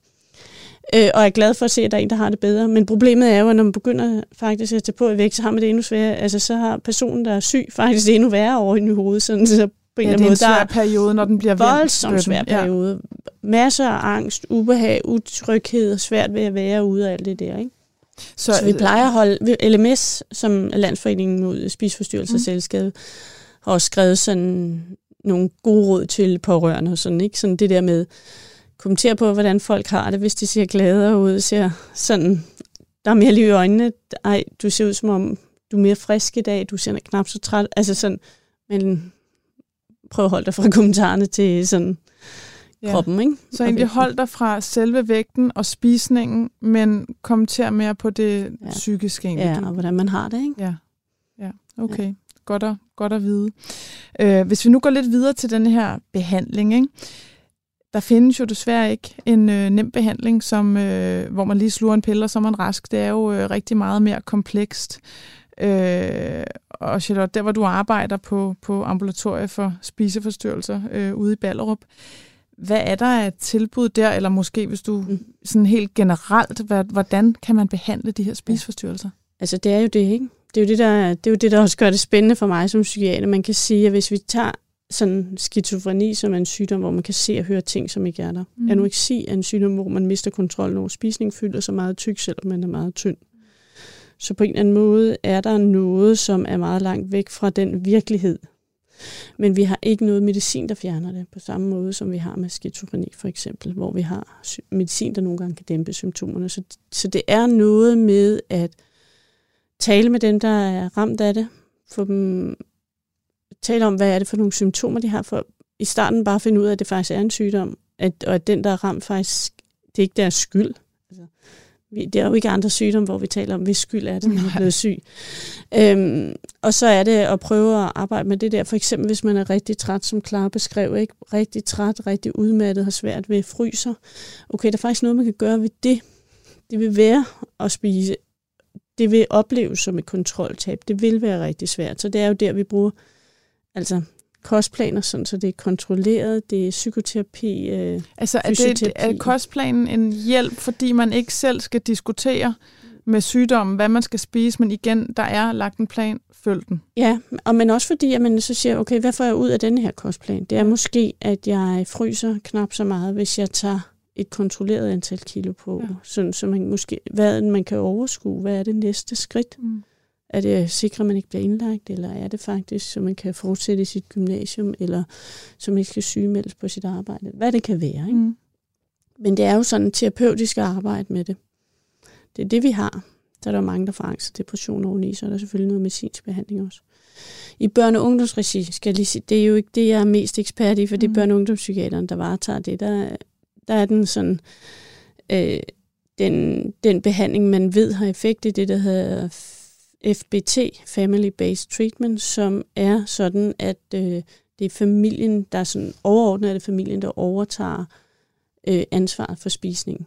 Øh, og er glad for at se, at der er en, der har det bedre. Men problemet er jo, at når man begynder faktisk at tage på i vægt, så har man det endnu sværere. Altså, så har personen, der er syg, faktisk det endnu værre over i hovedet. Sådan, så på en ja, eller det er måde, en svær periode, når den bliver vendt. Voldsomt svær periode. Ja. Masser af angst, ubehag, utryghed, svært ved at være ude af alt det der, ikke? Så, så vi plejer at holde... L M S, som er Landsforeningen mod spiseforstyrrelser og mm. selvskade, har også skrevet sådan nogle gode råd til pårørende og sådan, ikke? Sådan det der med kommentere på, hvordan folk har det, hvis de ser gladere ud, ser sådan, der er mere liv i øjnene. Ej, du ser ud som om, du er mere frisk i dag, du ser knap så træt. Altså sådan, men prøv at holde dig fra kommentarerne til sådan... Ja. Kroppen, ikke? Så egentlig hold dig fra selve vægten og spisningen, men kommenter mere på det ja. psykiske. Egentlig. Ja, og hvordan man har det, ikke? Ja, ja. Okay. Ja. Godt, at, godt at vide. Øh, hvis vi nu går lidt videre til den her behandling, ikke? Der findes jo desværre ikke en øh, nem behandling, som, øh, hvor man lige sluger en pille, og så er man rask. Det er jo øh, rigtig meget mere komplekst. Øh, og Charlotte, der hvor du arbejder på, på ambulatoriet for spiseforstyrrelser øh, ude i Ballerup, hvad er der af et tilbud der, eller måske hvis du sådan helt generelt, hvad, hvordan kan man behandle de her spiseforstyrrelser? Ja. Altså det er jo det, ikke? Det er jo det, der, det er jo det, der også gør det spændende for mig som psykiater. Man kan sige, at hvis vi tager sådan skizofreni, som er en sygdom, hvor man kan se og høre ting, som ikke er der. Mm. Anoreksi er en sygdom, hvor man mister kontrollen over spisning, fylder så meget tyk, selvom man er meget tynd. Så på en eller anden måde er der noget, som er meget langt væk fra den virkelighed. Men vi har ikke noget medicin, der fjerner det, på samme måde som vi har med skizofreni for eksempel, hvor vi har medicin, der nogle gange kan dæmpe symptomerne. Så, så det er noget med at tale med dem, der er ramt af det, få dem tale om, hvad er det for nogle symptomer, de har, for i starten bare finde ud af, at det faktisk er en sygdom, at, og at den, der er ramt, faktisk, det er ikke deres skyld. Altså, det er jo ikke andre sygdomme, hvor vi taler om, hvis skyld er det, når man er blevet syg. Øhm, og så er det at prøve at arbejde med det der. For eksempel, hvis man er rigtig træt, som Clara beskrev, ikke? Rigtig træt, rigtig udmattet, har svært ved fryser. Okay, der er faktisk noget, man kan gøre ved det. Det vil være at spise. Det vil opleves som et kontroltab. Det vil være rigtig svært. Så det er jo der, vi bruger altså kostplaner, sådan, så det er kontrolleret, det er psykoterapi, øh, altså er, det, er kostplanen en hjælp, fordi man ikke selv skal diskutere med sygdommen, hvad man skal spise, men igen, der er lagt en plan, følg den. Ja, og men også fordi, at man så siger, okay, hvad får jeg ud af denne her kostplan? Det er måske, at jeg fryser knap så meget, hvis jeg tager et kontrolleret antal kilo på, ja. Sådan, så man måske, hvad man kan overskue, hvad er det næste skridt? Mm. Er det at sikre, at man ikke bliver indlagt, eller er det faktisk, så man kan fortsætte i sit gymnasium, eller så man ikke skal sygemeldes på sit arbejde? Hvad det kan være, ikke? Mm. Men det er jo sådan terapeutisk at arbejde med det. Det er det, vi har. Der er der mange, der får angst og depression oveni, så er der selvfølgelig noget medicinsk behandling også. I børne- og ungdomsregi, skal jeg lige sige, det er jo ikke det, jeg er mest ekspert i, for det er børne- og ungdomspsykiateren, der varetager det. Der, der er den sådan... Øh, den, den behandling, man ved har effekt, det det, der hedder F B T, Family Based Treatment, som er sådan, at øh, det er familien, der er sådan overordnet, er det familien, der overtager øh, ansvaret for spisning.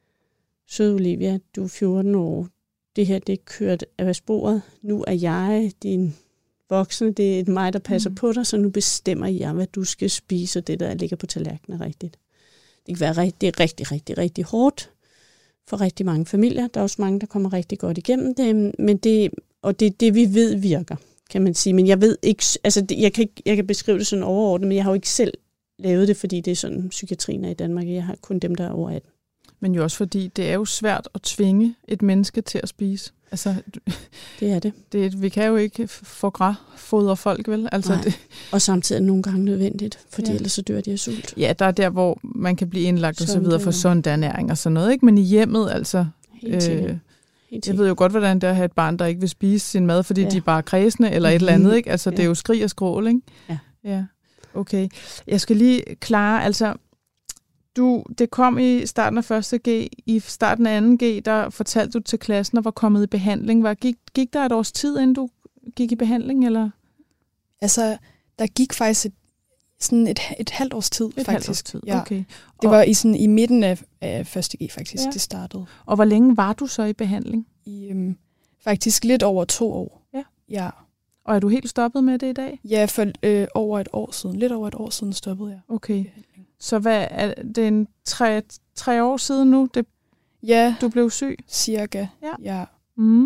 Sød Olivia, du er fjorten år. Det her, det er kørt af sporet. Nu er jeg din voksne. Det er mig, der passer mm. på dig, så nu bestemmer jeg, hvad du skal spise, og det, der ligger på tallerkenen, er rigtigt. Det kan være rigtig, det er rigtig, rigtig, rigtig hårdt for rigtig mange familier. Der er også mange, der kommer rigtig godt igennem det, men det, og det er det, vi ved virker, kan man sige. Men jeg ved ikke, altså det, jeg, kan ikke, jeg kan beskrive det sådan overordnet, men jeg har jo ikke selv lavet det, fordi det er sådan, psykiatrien er i Danmark. Jeg har kun dem, der er over atten. Men jo også fordi, det er jo svært at tvinge et menneske til at spise. Altså, det er det. det vi kan jo ikke få græsfodre folk, vel? Altså, Nej. Det, og samtidig nogle gange nødvendigt, fordi ja. ellers så dør de af sult. Ja, der er der, hvor man kan blive indlagt og så videre for sondernæring og sådan noget, ikke? Men i hjemmet, altså... Helt øh, Helt jeg ved jo godt, hvordan det er at have et barn, der ikke vil spise sin mad, fordi ja. de er bare kredsende eller et eller andet, ikke? Altså, ja. Det er jo skrig og skrål, ikke? Ja. Ja, okay. Jeg skal lige klare, altså... Du, det kom i starten af første G. I starten af anden G, der fortalte du til klassen, og var kommet i behandling. Var, gik, gik der et års tid, inden du gik i behandling, eller? Altså, der gik faktisk et, sådan et, et halvt års tid, et faktisk. Halvt års tid. Ja. Okay. Det var i, sådan, i midten af, af første G, faktisk, ja. Det startede. Og hvor længe var du så i behandling? I øhm, faktisk lidt over to år. Ja. Ja. Og er du helt stoppet med det i dag? Ja, for øh, over et år siden. Lidt over et år siden stoppede jeg. Okay. Så hvad er det en tre, tre år siden nu, det, ja, du blev syg? Cirka, ja. ja. Mm.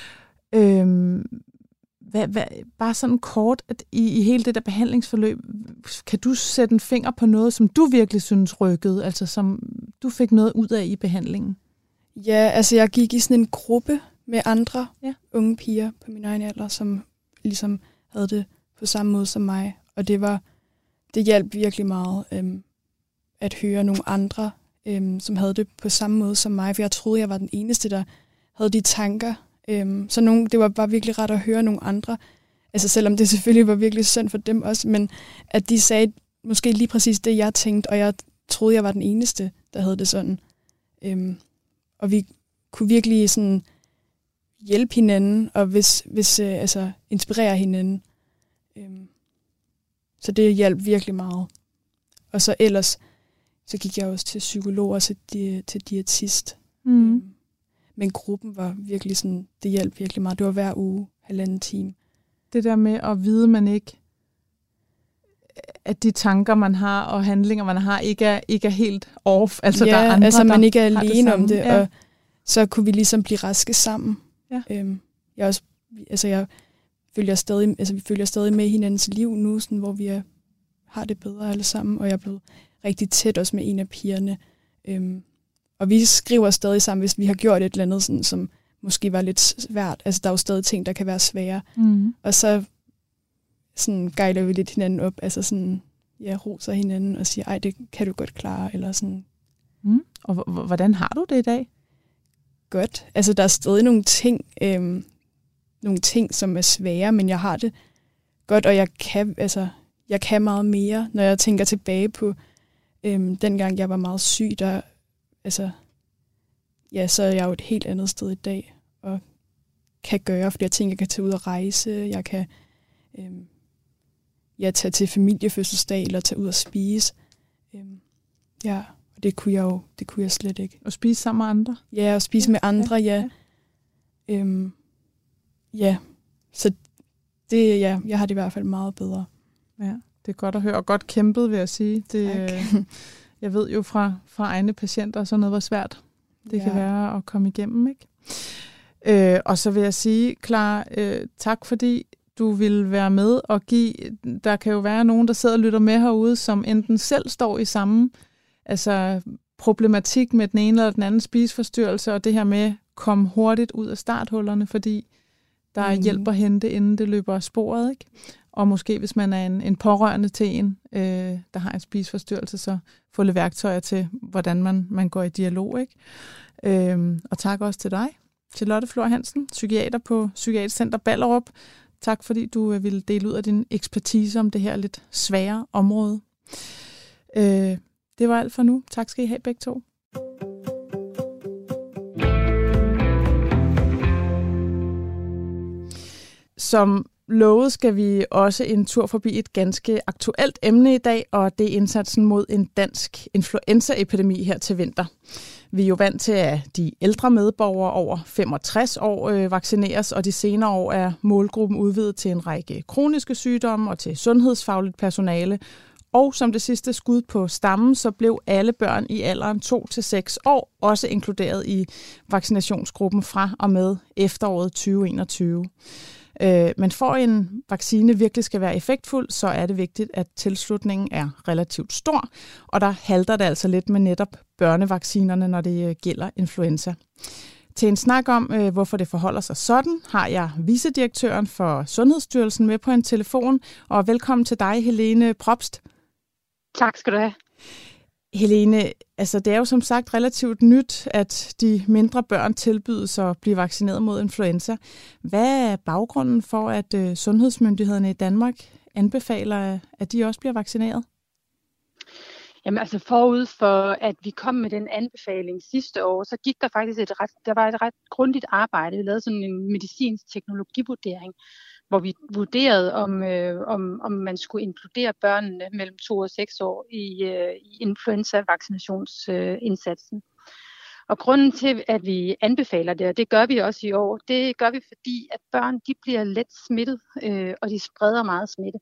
Øhm, hvad, hvad, bare sådan kort, at i, i hele det der behandlingsforløb, kan du sætte en finger på noget, som du virkelig synes rykkede, altså som du fik noget ud af i behandlingen? Ja, altså jeg gik i sådan en gruppe med andre ja. unge piger på min egen alder, som ligesom havde det på samme måde som mig, og det var, det hjalp virkelig meget, øhm, at høre nogle andre, øhm, som havde det på samme måde som mig, for jeg troede, jeg var den eneste, der havde de tanker. Øhm, så nogle, det var bare virkelig ret at høre nogle andre, altså selvom det selvfølgelig var virkelig synd for dem også, men at de sagde måske lige præcis det, jeg tænkte, og jeg troede, jeg var den eneste, der havde det sådan. Øhm, og vi kunne virkelig sådan hjælpe hinanden, og hvis, hvis øh, altså inspirere hinanden. Øhm, så det hjalp virkelig meget. Og så ellers, så gik jeg også til psykolog og til, di- til diætist. Mm. Øhm, men gruppen var virkelig sådan, det hjalp virkelig meget. Det var hver uge, halvanden time. Det der med at vide, man ikke, at de tanker, man har og handlinger, man har, ikke er, ikke er helt off. Altså, ja, der er andre, altså man ikke er det alene om det, ja. og så kunne vi ligesom blive raske sammen. Ja. Øhm, jeg også, altså jeg følger stadig, altså vi følger stadig med hinandens liv nu, sådan, hvor vi er, har det bedre alle sammen, og jeg er blevet rigtig tæt også med en af pigerne. Øhm, og vi skriver stadig sammen, hvis vi har gjort et eller andet, sådan, som måske var lidt svært. Altså der er jo stadig ting, der kan være svære. Mm. Og så sådan gejler vi lidt hinanden op, altså sådan, ja, roser hinanden og siger, ej, det kan du godt klare, eller sådan. Mm. Og h- hvordan har du det i dag? Godt. Altså, der er stadig nogle ting, øhm, nogle ting, som er svære, men jeg har det godt, og jeg kan, altså, jeg kan meget mere, når jeg tænker tilbage på øhm, dengang, jeg var meget syg, der, altså, ja, så er jeg jo et helt andet sted i dag, og kan gøre flere ting. Jeg kan tage ud og rejse, jeg kan øhm, ja, tage til familiefødselsdag, eller tage ud og spise. Øhm, ja, og det kunne jeg jo, det kunne jeg slet ikke. At spise sammen med andre? Ja, og spise ja, med andre, ja. Ja. Øhm, ja, så det, ja, jeg har det i hvert fald meget bedre. Ja, det er godt at høre, og godt kæmpet, vil jeg sige. Det, øh, jeg ved jo fra, fra egne patienter, så noget, hvor svært det ja. kan være at komme igennem, ikke? Øh, og så vil jeg sige, Clara, øh, tak fordi du vil være med og give, der kan jo være nogen, der sidder og lytter med herude, som enten selv står i samme altså problematik med den ene eller den anden spiseforstyrrelse, og det her med at komme hurtigt ud af starthullerne, fordi der er hjælp at hente, inden det løber af sporet, ikke? Og måske hvis man er en, en pårørende til en, øh, der har en spiseforstyrrelse, så få lidt værktøjer til, hvordan man, man går i dialog, ikke? Øh, og tak også til dig, Charlotte Flor Hansen, psykiater på Psykiatrisk Center Ballerup. Tak fordi du øh, ville dele ud af din ekspertise om det her lidt svære område. Øh, det var alt for nu. Tak skal I have begge to. Som lovet skal vi også en tur forbi et ganske aktuelt emne i dag, og det er indsatsen mod en dansk influenzaepidemi her til vinter. Vi er jo vant til, at de ældre medborgere over femogtres år øh, vaccineres, og de senere år er målgruppen udvidet til en række kroniske sygdomme og til sundhedsfagligt personale. Og som det sidste skud på stammen, så blev alle børn i alderen to til seks år også inkluderet i vaccinationsgruppen fra og med efteråret tyve enogtyve. Øh, men for en vaccine virkelig skal være effektfuld, så er det vigtigt, at tilslutningen er relativt stor, og der halter det altså lidt med netop børnevaccinerne, når det gælder influenza. Til en snak om, øh, hvorfor det forholder sig sådan, har jeg vicedirektøren for Sundhedsstyrelsen med på en telefon, og velkommen til dig, Helene Probst. Tak skal du have. Helene, altså det er jo som sagt relativt nyt, at de mindre børn tilbydes at blive vaccineret mod influenza. Hvad er baggrunden for, at øh, sundhedsmyndighederne i Danmark anbefaler, at de også bliver vaccineret? Jamen altså forud for, at vi kom med den anbefaling sidste år, så gik der faktisk et ret, der var et ret grundigt arbejde. Vi lavede sådan en medicinsk teknologivurdering, hvor vi vurderede, om, øh, om, om man skulle inkludere børnene mellem to og seks år i, øh, i influenza-vaccinationsindsatsen. Øh, og grunden til, at vi anbefaler det, og det gør vi også i år, det gør vi, fordi at børn de bliver let smittet, øh, og de spreder meget smitte.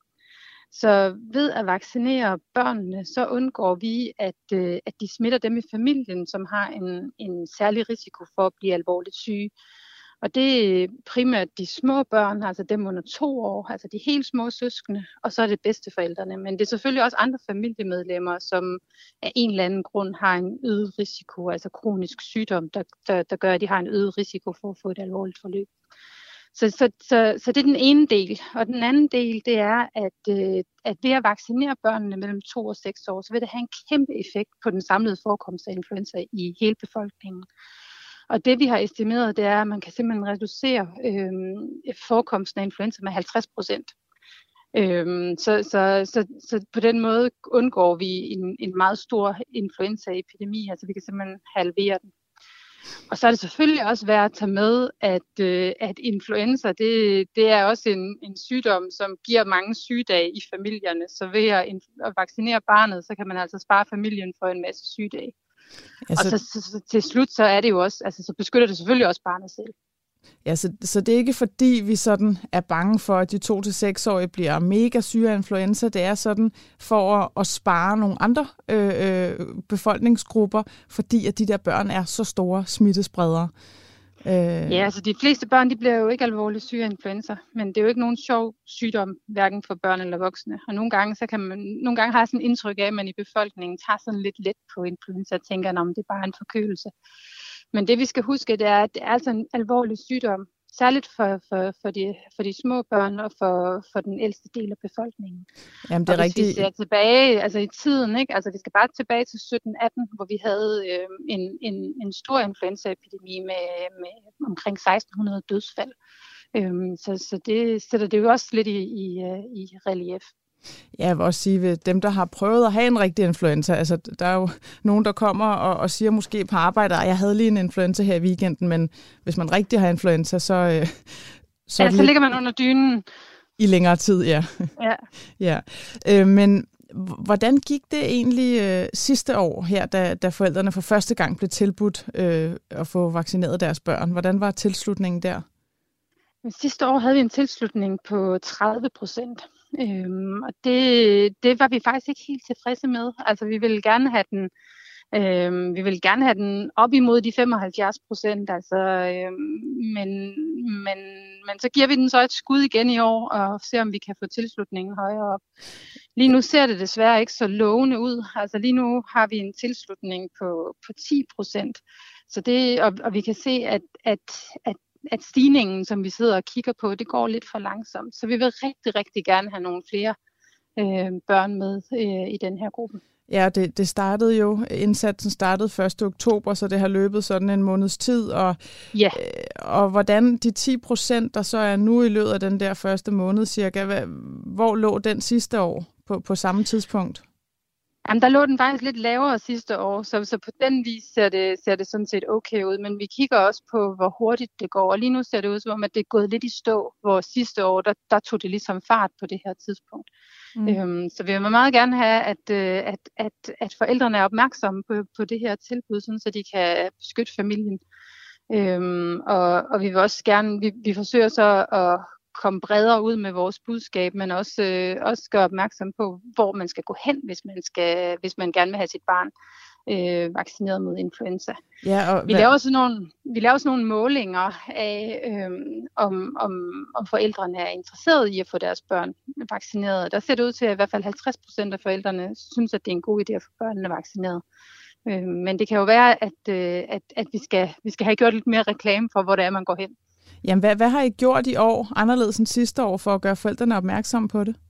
Så ved at vaccinere børnene, så undgår vi, at, øh, at de smitter dem i familien, som har en, en særlig risiko for at blive alvorligt syge. Og det er primært de små børn, altså dem under to år, altså de helt små søskende, og så er det bedsteforældrene. Men det er selvfølgelig også andre familiemedlemmer, som af en eller anden grund har en øget risiko, altså kronisk sygdom, der, der, der gør, at de har en øget risiko for at få et alvorligt forløb. Så, så, så, så det er den ene del. Og den anden del, det er, at, øh, at ved at vaccinere børnene mellem to og seks år, så vil det have en kæmpe effekt på den samlede forekomst af influenza i hele befolkningen. Og det vi har estimeret, det er, at man kan simpelthen reducere øh, forekomsten af influenza med halvtreds procent. Øh, så, så, så, så på den måde undgår vi en, en meget stor influenzaepidemi, altså vi kan simpelthen halvere den. Og så er det selvfølgelig også værd at tage med, at, øh, at influenza, det, det er også en, en sygdom, som giver mange sygedage i familierne. Så ved at, at vaccinere barnet, så kan man altså spare familien for en masse sygedage. Altså, og så, så, så til slut, så er det jo også, altså så beskytter det selvfølgelig også barnet selv. Ja, så, så det er ikke fordi, vi sådan er bange for, at de to til seks-årige bliver mega syge af influenza. Det er sådan for at, at spare nogle andre øh, øh, befolkningsgrupper, fordi at de der børn er så store smittespredere. Øh... Ja, altså de fleste børn, de bliver jo ikke alvorligt syge af influenza, men det er jo ikke nogen sjov sygdom, hverken for børn eller voksne. Og nogle gange, så kan man, nogle gange har jeg sådan indtryk af, at man i befolkningen tager sådan lidt let på influenza og tænker, om det er bare en forkølelse. Men det vi skal huske, det er, at det er altså en alvorlig sygdom, særligt for, for, for, de, for de små børn og for, for den ældste del af befolkningen. Jamen det er og hvis rigtigt. vi ser tilbage altså i tiden, ikke? Altså vi skal bare tilbage til sytten atten, hvor vi havde øh, en, en, en stor influenzaepidemi med, med omkring seksten hundrede dødsfald. Øhm, så, så det sætter det jo også lidt i, i, i relief. Ja, jeg vil også sige, at dem, der har prøvet at have en rigtig influenza, altså der er jo nogen, der kommer og, og siger måske på arbejde, at jeg havde lige en influenza her i weekenden, men hvis man rigtig har influenza, så... Øh, så ja, så ligger man under dynen. I længere tid, ja. Ja. ja. Øh, men hvordan gik det egentlig øh, sidste år her, da, da forældrene for første gang blev tilbudt øh, at få vaccineret deres børn? Hvordan var tilslutningen der? Sidste år havde vi en tilslutning på tredive procent. Øhm, og det, det var vi faktisk ikke helt tilfredse med. Altså vi ville gerne have den, øhm, vi ville gerne have den op imod de femoghalvfjerds procent. Altså, øhm, men, men, men så giver vi den så et skud igen i år og ser om vi kan få tilslutningen højere op. Lige nu ser det desværre ikke så lovende ud. Altså lige nu har vi en tilslutning på, på ti procent. Så det, og, og vi kan se at, at, at at stigningen, som vi sidder og kigger på, det går lidt for langsomt. Så vi vil rigtig, rigtig gerne have nogle flere øh, børn med øh, i den her gruppe. Ja, det, det startede jo, indsatsen startede første oktober, så det har løbet sådan en måneds tid. Og, ja. øh, og hvordan de ti procent, der så er nu i løbet af den der første måned cirka, hvad, hvor lå den sidste år på, på samme tidspunkt? Jamen, der lå den faktisk lidt lavere sidste år, så, så på den vis ser det, ser det sådan set okay ud. Men vi kigger også på, hvor hurtigt det går. Og lige nu ser det ud som om, at det er gået lidt i stå, hvor sidste år, der, der tog det ligesom fart på det her tidspunkt. Mm. Øhm, så vi vil meget gerne have, at, at, at, at forældrene er opmærksomme på, på det her tilbud, sådan, så de kan beskytte familien. Øhm, og, og vi vil også gerne, vi, vi forsøger så at komme bredere ud med vores budskab, men også, øh, også gøre opmærksom på, hvor man skal gå hen, hvis man, skal, hvis man gerne vil have sit barn øh, vaccineret mod influenza. Ja, og vi, laver sådan nogle, vi laver sådan nogle målinger af, øh, om, om, om forældrene er interesserede i at få deres børn vaccineret. Der ser det ud til, at i hvert fald halvtreds procent af forældrene synes, at det er en god idé at få børnene vaccineret. Øh, men det kan jo være, at, øh, at, at vi, skal, vi skal have gjort lidt mere reklame for, hvor det er, man går hen. Jamen, hvad, hvad har I gjort i år, anderledes end sidste år, for at gøre forældrene opmærksomme på det?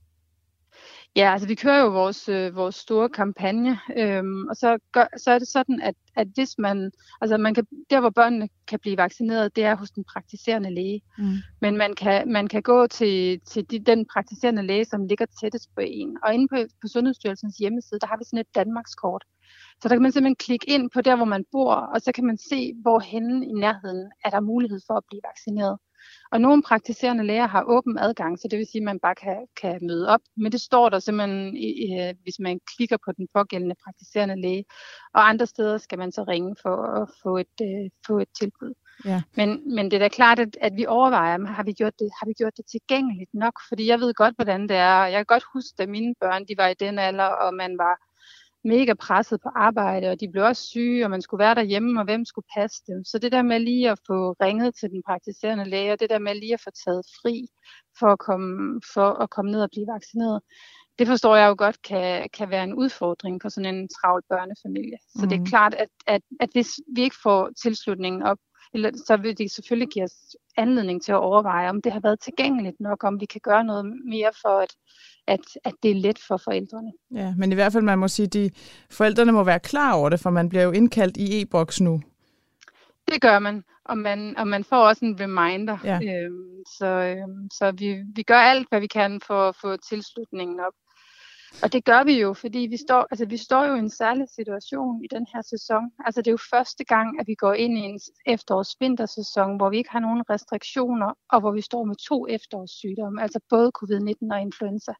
Ja, altså vi kører jo vores, øh, vores store kampagne, øhm, og så, gør, så er det sådan, at, at hvis man, altså man kan, der hvor børnene kan blive vaccineret, det er hos den praktiserende læge. Mm. Men man kan, man kan gå til, til de, den praktiserende læge, som ligger tættest på en. Og inde på, på Sundhedsstyrelsens hjemmeside, der har vi sådan et Danmarkskort. Så der kan man simpelthen klikke ind på der, hvor man bor, og så kan man se, hvor henne i nærheden er der mulighed for at blive vaccineret. Og nogle praktiserende læger har åben adgang, så det vil sige, at man bare kan, kan møde op. Men det står der simpelthen, i, i, hvis man klikker på den pågældende praktiserende læge. Og andre steder skal man så ringe for at få et, øh, få et tilbud. Ja. Men, men det er da klart, at, at vi overvejer, har vi, gjort det, har vi gjort det tilgængeligt nok? Fordi jeg ved godt, hvordan det er. Jeg kan godt huske, da mine børn de var i den alder, og man var mega presset på arbejde, og de blev også syge, og man skulle være derhjemme, og hvem skulle passe dem. Så det der med lige at få ringet til den praktiserende læge, og det der med lige at få taget fri for at komme, for at komme ned og blive vaccineret, det forstår jeg jo godt kan, kan være en udfordring for sådan en travl børnefamilie. Så mm. det er klart, at, at, at hvis vi ikke får tilslutningen op, eller, så vil det selvfølgelig give os anledning til at overveje, om det har været tilgængeligt nok, om vi kan gøre noget mere for, at, at, at det er let for forældrene. Ja, men i hvert fald, man må sige, at de, forældrene må være klar over det, for man bliver jo indkaldt i e-boks nu. Det gør man, og man, og man får også en reminder. Ja. Øhm, så øhm, så vi, vi gør alt, hvad vi kan for at få tilslutningen op. Og det gør vi jo, fordi vi står, altså vi står jo i en særlig situation i den her sæson. Altså det er jo første gang, at vi går ind i en efterårs-vintersæson, hvor vi ikke har nogen restriktioner, og hvor vi står med to efterårssygdomme, altså både covid nitten og influenza.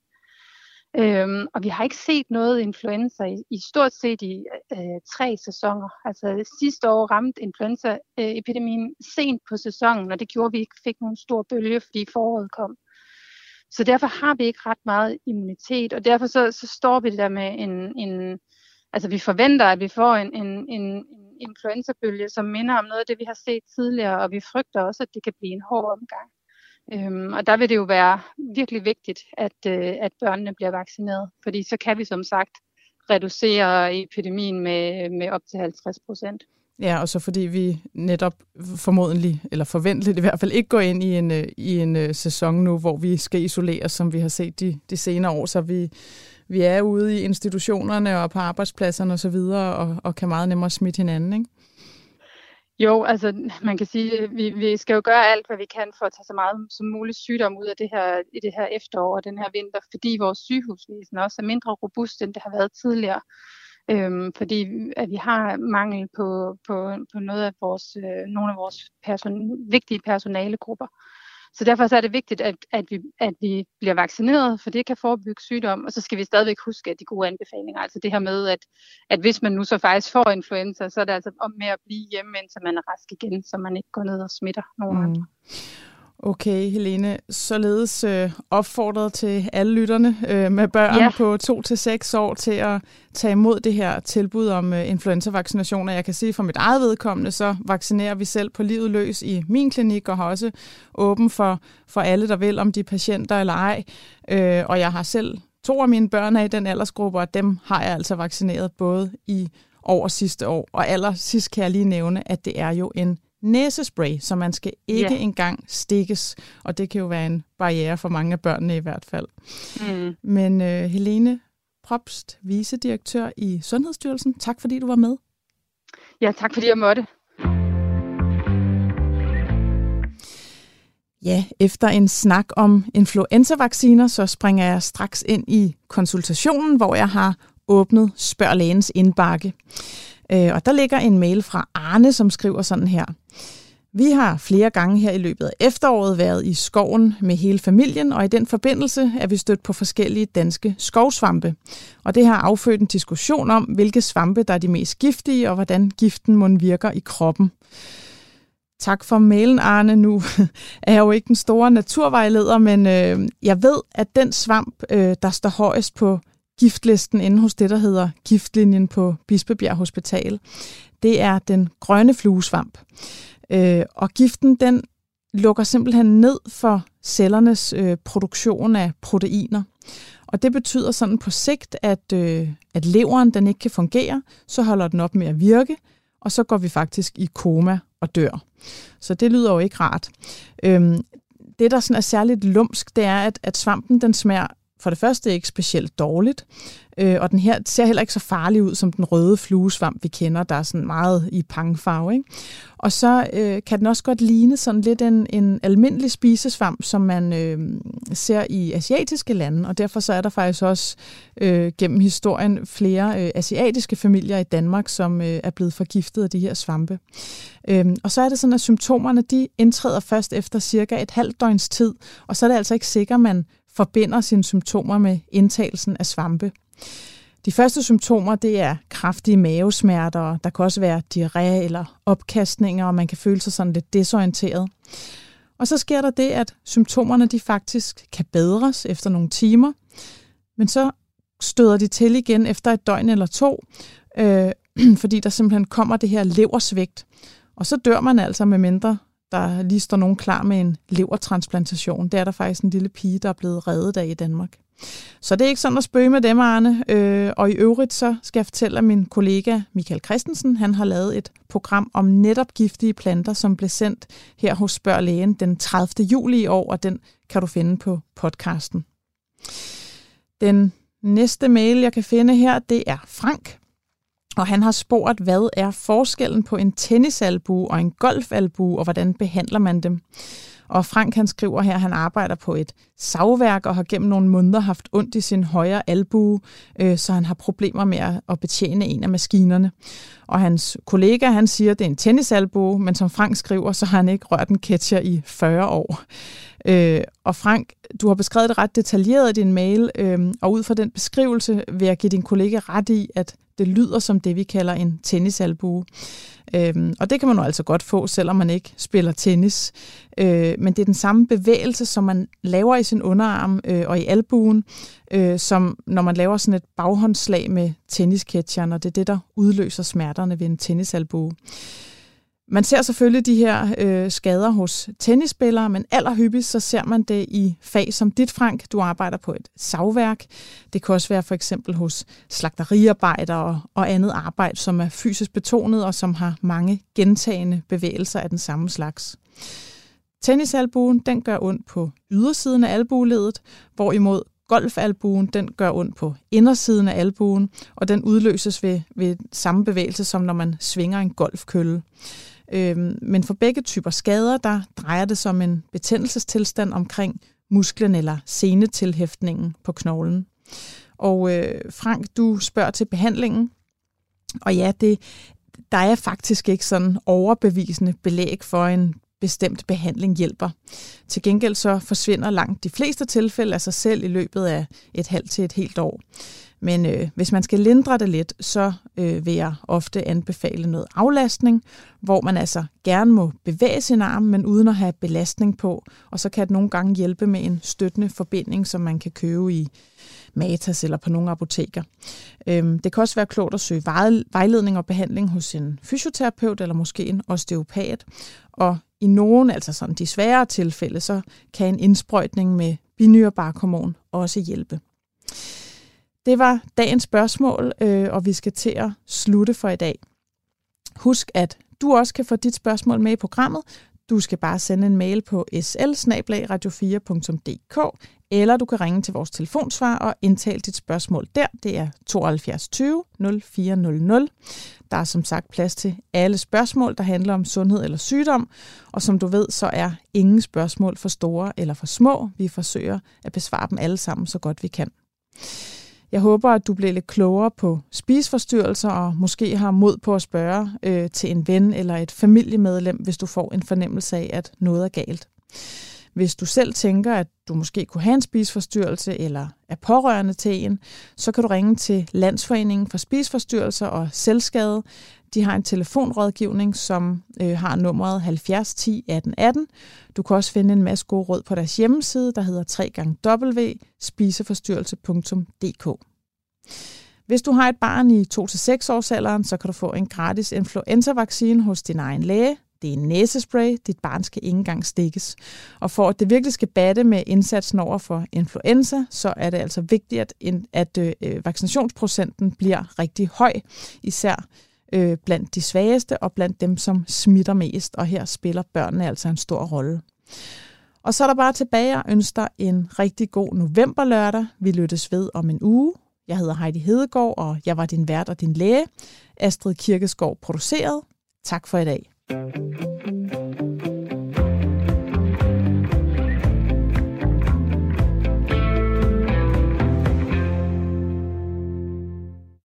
Øhm, og vi har ikke set noget influenza i, i stort set i øh, tre sæsoner. Altså sidste år ramte influenzaepidemien sent på sæsonen, og det gjorde, at vi ikke fik nogen stor bølge, fordi foråret kom. Så derfor har vi ikke ret meget immunitet, og derfor så, så står vi der med en, en, altså vi forventer, at vi får en, en, en influenzabølge, som minder om noget af det, vi har set tidligere, og vi frygter også, at det kan blive en hård omgang. Øhm, og der vil det jo være virkelig vigtigt, at, øh, at børnene bliver vaccineret, fordi så kan vi som sagt reducere epidemien med, med op til halvtreds procent. Ja, og så fordi vi netop formodentlig, eller forventeligt i hvert fald, ikke går ind i en, i en sæson nu, hvor vi skal isoleres, som vi har set de, de senere år. Så vi, vi er ude i institutionerne og på arbejdspladserne osv., og, og, og kan meget nemmere smitte hinanden, ikke? Jo, altså man kan sige, at vi, vi skal jo gøre alt, hvad vi kan for at tage så meget som muligt sygdom ud af det her, i det her efterår og den her vinter, fordi vores sygehusvæsen også er mindre robust, end det har været tidligere. Øhm, fordi at vi har mangel på, på, på noget af vores, øh, nogle af vores person, vigtige personalegrupper. Så derfor så er det vigtigt, at, at, vi, at vi bliver vaccineret, for det kan forebygge sygdom. Og så skal vi stadigvæk huske de gode anbefalinger. Altså det her med, at, at hvis man nu så faktisk får influenza, så er det altså om med at blive hjemme, indtil man er rask igen, så man ikke går ned og smitter nogen mm. andre. Okay, Helene, således øh, opfordret til alle lytterne øh, med børn ja. på to til seks år til at tage imod det her tilbud om øh, influenza-vaccinationer. Jeg kan sige for mit eget vedkommende, så vaccinerer vi selv på livet løs i min klinik og har også åben for, for alle, der vil, om de er patienter eller ej. Øh, og jeg har selv to af mine børn er i den aldersgruppe, og dem har jeg altså vaccineret både i år og sidste år. Og allersidst kan jeg lige nævne, at det er jo en næsespray, så man skal ikke yeah. engang stikkes, og det kan jo være en barriere for mange af børnene i hvert fald. Mm. Men uh, Helene Probst, vicedirektør i Sundhedsstyrelsen, tak fordi du var med. Ja, tak fordi jeg måtte. Ja, efter en snak om influenza-vacciner, så springer jeg straks ind i konsultationen, hvor jeg har åbnet Spørg Lægens indbakke. Og der ligger en mail fra Arne, som skriver sådan her. Vi har flere gange her i løbet af efteråret været i skoven med hele familien, og i den forbindelse er vi stødt på forskellige danske skovsvampe. Og det har affødt en diskussion om, hvilke svampe, der er de mest giftige, og hvordan giften mon virker i kroppen. Tak for mailen, Arne. Nu er jeg jo ikke den store naturvejleder, men øh, jeg ved, at den svamp, øh, der står højest på giftlisten inde hos det, der hedder giftlinjen på Bispebjerg Hospital. Det er den grønne fluesvamp. Øh, og giften, den lukker simpelthen ned for cellernes øh, produktion af proteiner. Og det betyder sådan på sigt, at, øh, at leveren den ikke kan fungere, så holder den op med at virke, og så går vi faktisk i koma og dør. Så det lyder jo ikke rart. Øhm, det, der sådan er særligt lumsk, det er, at, at svampen den smager for det første ikke specielt dårligt, øh, og den her ser heller ikke så farlig ud som den røde fluesvamp, vi kender, der er sådan meget i pangfarve, ikke? Og så øh, kan den også godt ligne sådan lidt en, en almindelig spisesvamp, som man øh, ser i asiatiske lande, og derfor så er der faktisk også øh, gennem historien flere øh, asiatiske familier i Danmark, som øh, er blevet forgiftet af de her svampe. Øhm, og så er det sådan, at symptomerne de indtræder først efter cirka et halvt døgns tid, og så er det altså ikke sikkert, at man forbinder sine symptomer med indtagelsen af svampe. De første symptomer, det er kraftige mavesmerter, der kan også være diarré eller opkastninger, og man kan føle sig sådan lidt desorienteret. Og så sker der det, at symptomerne de faktisk kan bedres efter nogle timer, men så støder de til igen efter et døgn eller to, øh, fordi der simpelthen kommer det her leversvigt. Og så dør man altså, med mindre der lige står nogen klar med en levertransplantation. Det er der faktisk en lille pige, der er blevet reddet af i Danmark. Så det er ikke sådan at spøge med dem, Arne. Øh, og i øvrigt så skal jeg fortælle, at min kollega Michael Christensen, han har lavet et program om netop giftige planter, som blev sendt her hos Spørg Lægen den tredivte juli i år, og den kan du finde på podcasten. Den næste mail, jeg kan finde her, det er Frank. Og han har spurgt, hvad er forskellen på en tennisalbue og en golfalbue, og hvordan behandler man dem? Og Frank han skriver her, at han arbejder på et savværk og har gennem nogle måneder haft ondt i sin højre albue, øh, så han har problemer med at betjene en af maskinerne. Og hans kollega han siger, at det er en tennisalbue, men som Frank skriver, så har han ikke rørt en ketcher i fyrre år. Øh, og Frank, du har beskrevet det ret detaljeret i din mail, øh, og ud fra den beskrivelse vil jeg give din kollega ret i, at det lyder som det, vi kalder en tennisalbue. Øhm, og det kan man jo altså godt få, selvom man ikke spiller tennis. Øh, men det er den samme bevægelse, som man laver i sin underarm øh, og i albuen, øh, som når man laver sådan et baghåndsslag med tennisketcheren, og det er det, der udløser smerterne ved en tennisalbue. Man ser selvfølgelig de her øh, skader hos tennisspillere, men allerhyppigst så ser man det i fag som dit, Frank. Du arbejder på et savværk. Det kan også være for eksempel hos slagteriarbejdere og, og andet arbejde, som er fysisk betonet og som har mange gentagende bevægelser af den samme slags. Tennisalbuen, den gør ondt på ydersiden af albueledet, hvorimod golfalbuen, den gør ondt på indersiden af albuen, og den udløses ved, ved samme bevægelse, som når man svinger en golfkølle. Øhm, men for begge typer skader, der drejer det sig om en betændelsestilstand omkring musklen eller senetilhæftningen på knoglen. Og øh, Frank, du spørger til behandlingen, og ja, det, der er faktisk ikke sådan overbevisende belæg for en bestemt behandling hjælper. Til gengæld så forsvinder langt de fleste tilfælde af sig selv i løbet af et halvt til et helt år. Men øh, hvis man skal lindre det lidt, så øh, vil jeg ofte anbefale noget aflastning, hvor man altså gerne må bevæge sin arm, men uden at have belastning på. Og så kan det nogle gange hjælpe med en støttende forbinding, som man kan købe i Matas eller på nogle apoteker. Øhm, det kan også være klogt at søge vejledning og behandling hos en fysioterapeut eller måske en osteopat. Og i nogle, altså sådan de sværere tilfælde, så kan en indsprøjtning med binyrebarkhormon også hjælpe. Det var dagens spørgsmål, øh, og vi skal til at slutte for i dag. Husk, at du også kan få dit spørgsmål med i programmet. Du skal bare sende en mail på s l bindestreg radio fire punktum d k, eller du kan ringe til vores telefonsvar og indtale dit spørgsmål der. Det er tooghalvfjerds tyve nul fire nul nul. Der er som sagt plads til alle spørgsmål, der handler om sundhed eller sygdom, og som du ved, så er ingen spørgsmål for store eller for små. Vi forsøger at besvare dem alle sammen så godt vi kan. Jeg håber, at du bliver lidt klogere på spiseforstyrrelser og måske har mod på at spørge øh, til en ven eller et familiemedlem, hvis du får en fornemmelse af, at noget er galt. Hvis du selv tænker, at du måske kunne have en spiseforstyrrelse eller er pårørende til en, så kan du ringe til Landsforeningen for Spiseforstyrrelser og Selvskade. De har en telefonrådgivning, som øh, har nummeret halvfjerds ti atten atten. Du kan også finde en masse gode råd på deres hjemmeside, der hedder w w w punktum spiseforstyrrelse punktum d k. Hvis du har et barn i to til seks års alderen, så kan du få en gratis influenza-vaccine hos din egen læge. Det er en næsespray, dit barn skal ikke engang stikkes. Og for at det virkelig skal batte med indsatsen over for influenza, så er det altså vigtigt, at, at øh, vaccinationsprocenten bliver rigtig høj, især øh, blandt de svageste og blandt dem, som smitter mest. Og her spiller børnene altså en stor rolle. Og så er der bare tilbage at ønske dig en rigtig god novemberlørdag. Vi lyttes ved om en uge. Jeg hedder Heidi Hedegaard, og jeg var din vært og din læge. Astrid Kirkeskov produceret. Tak for i dag.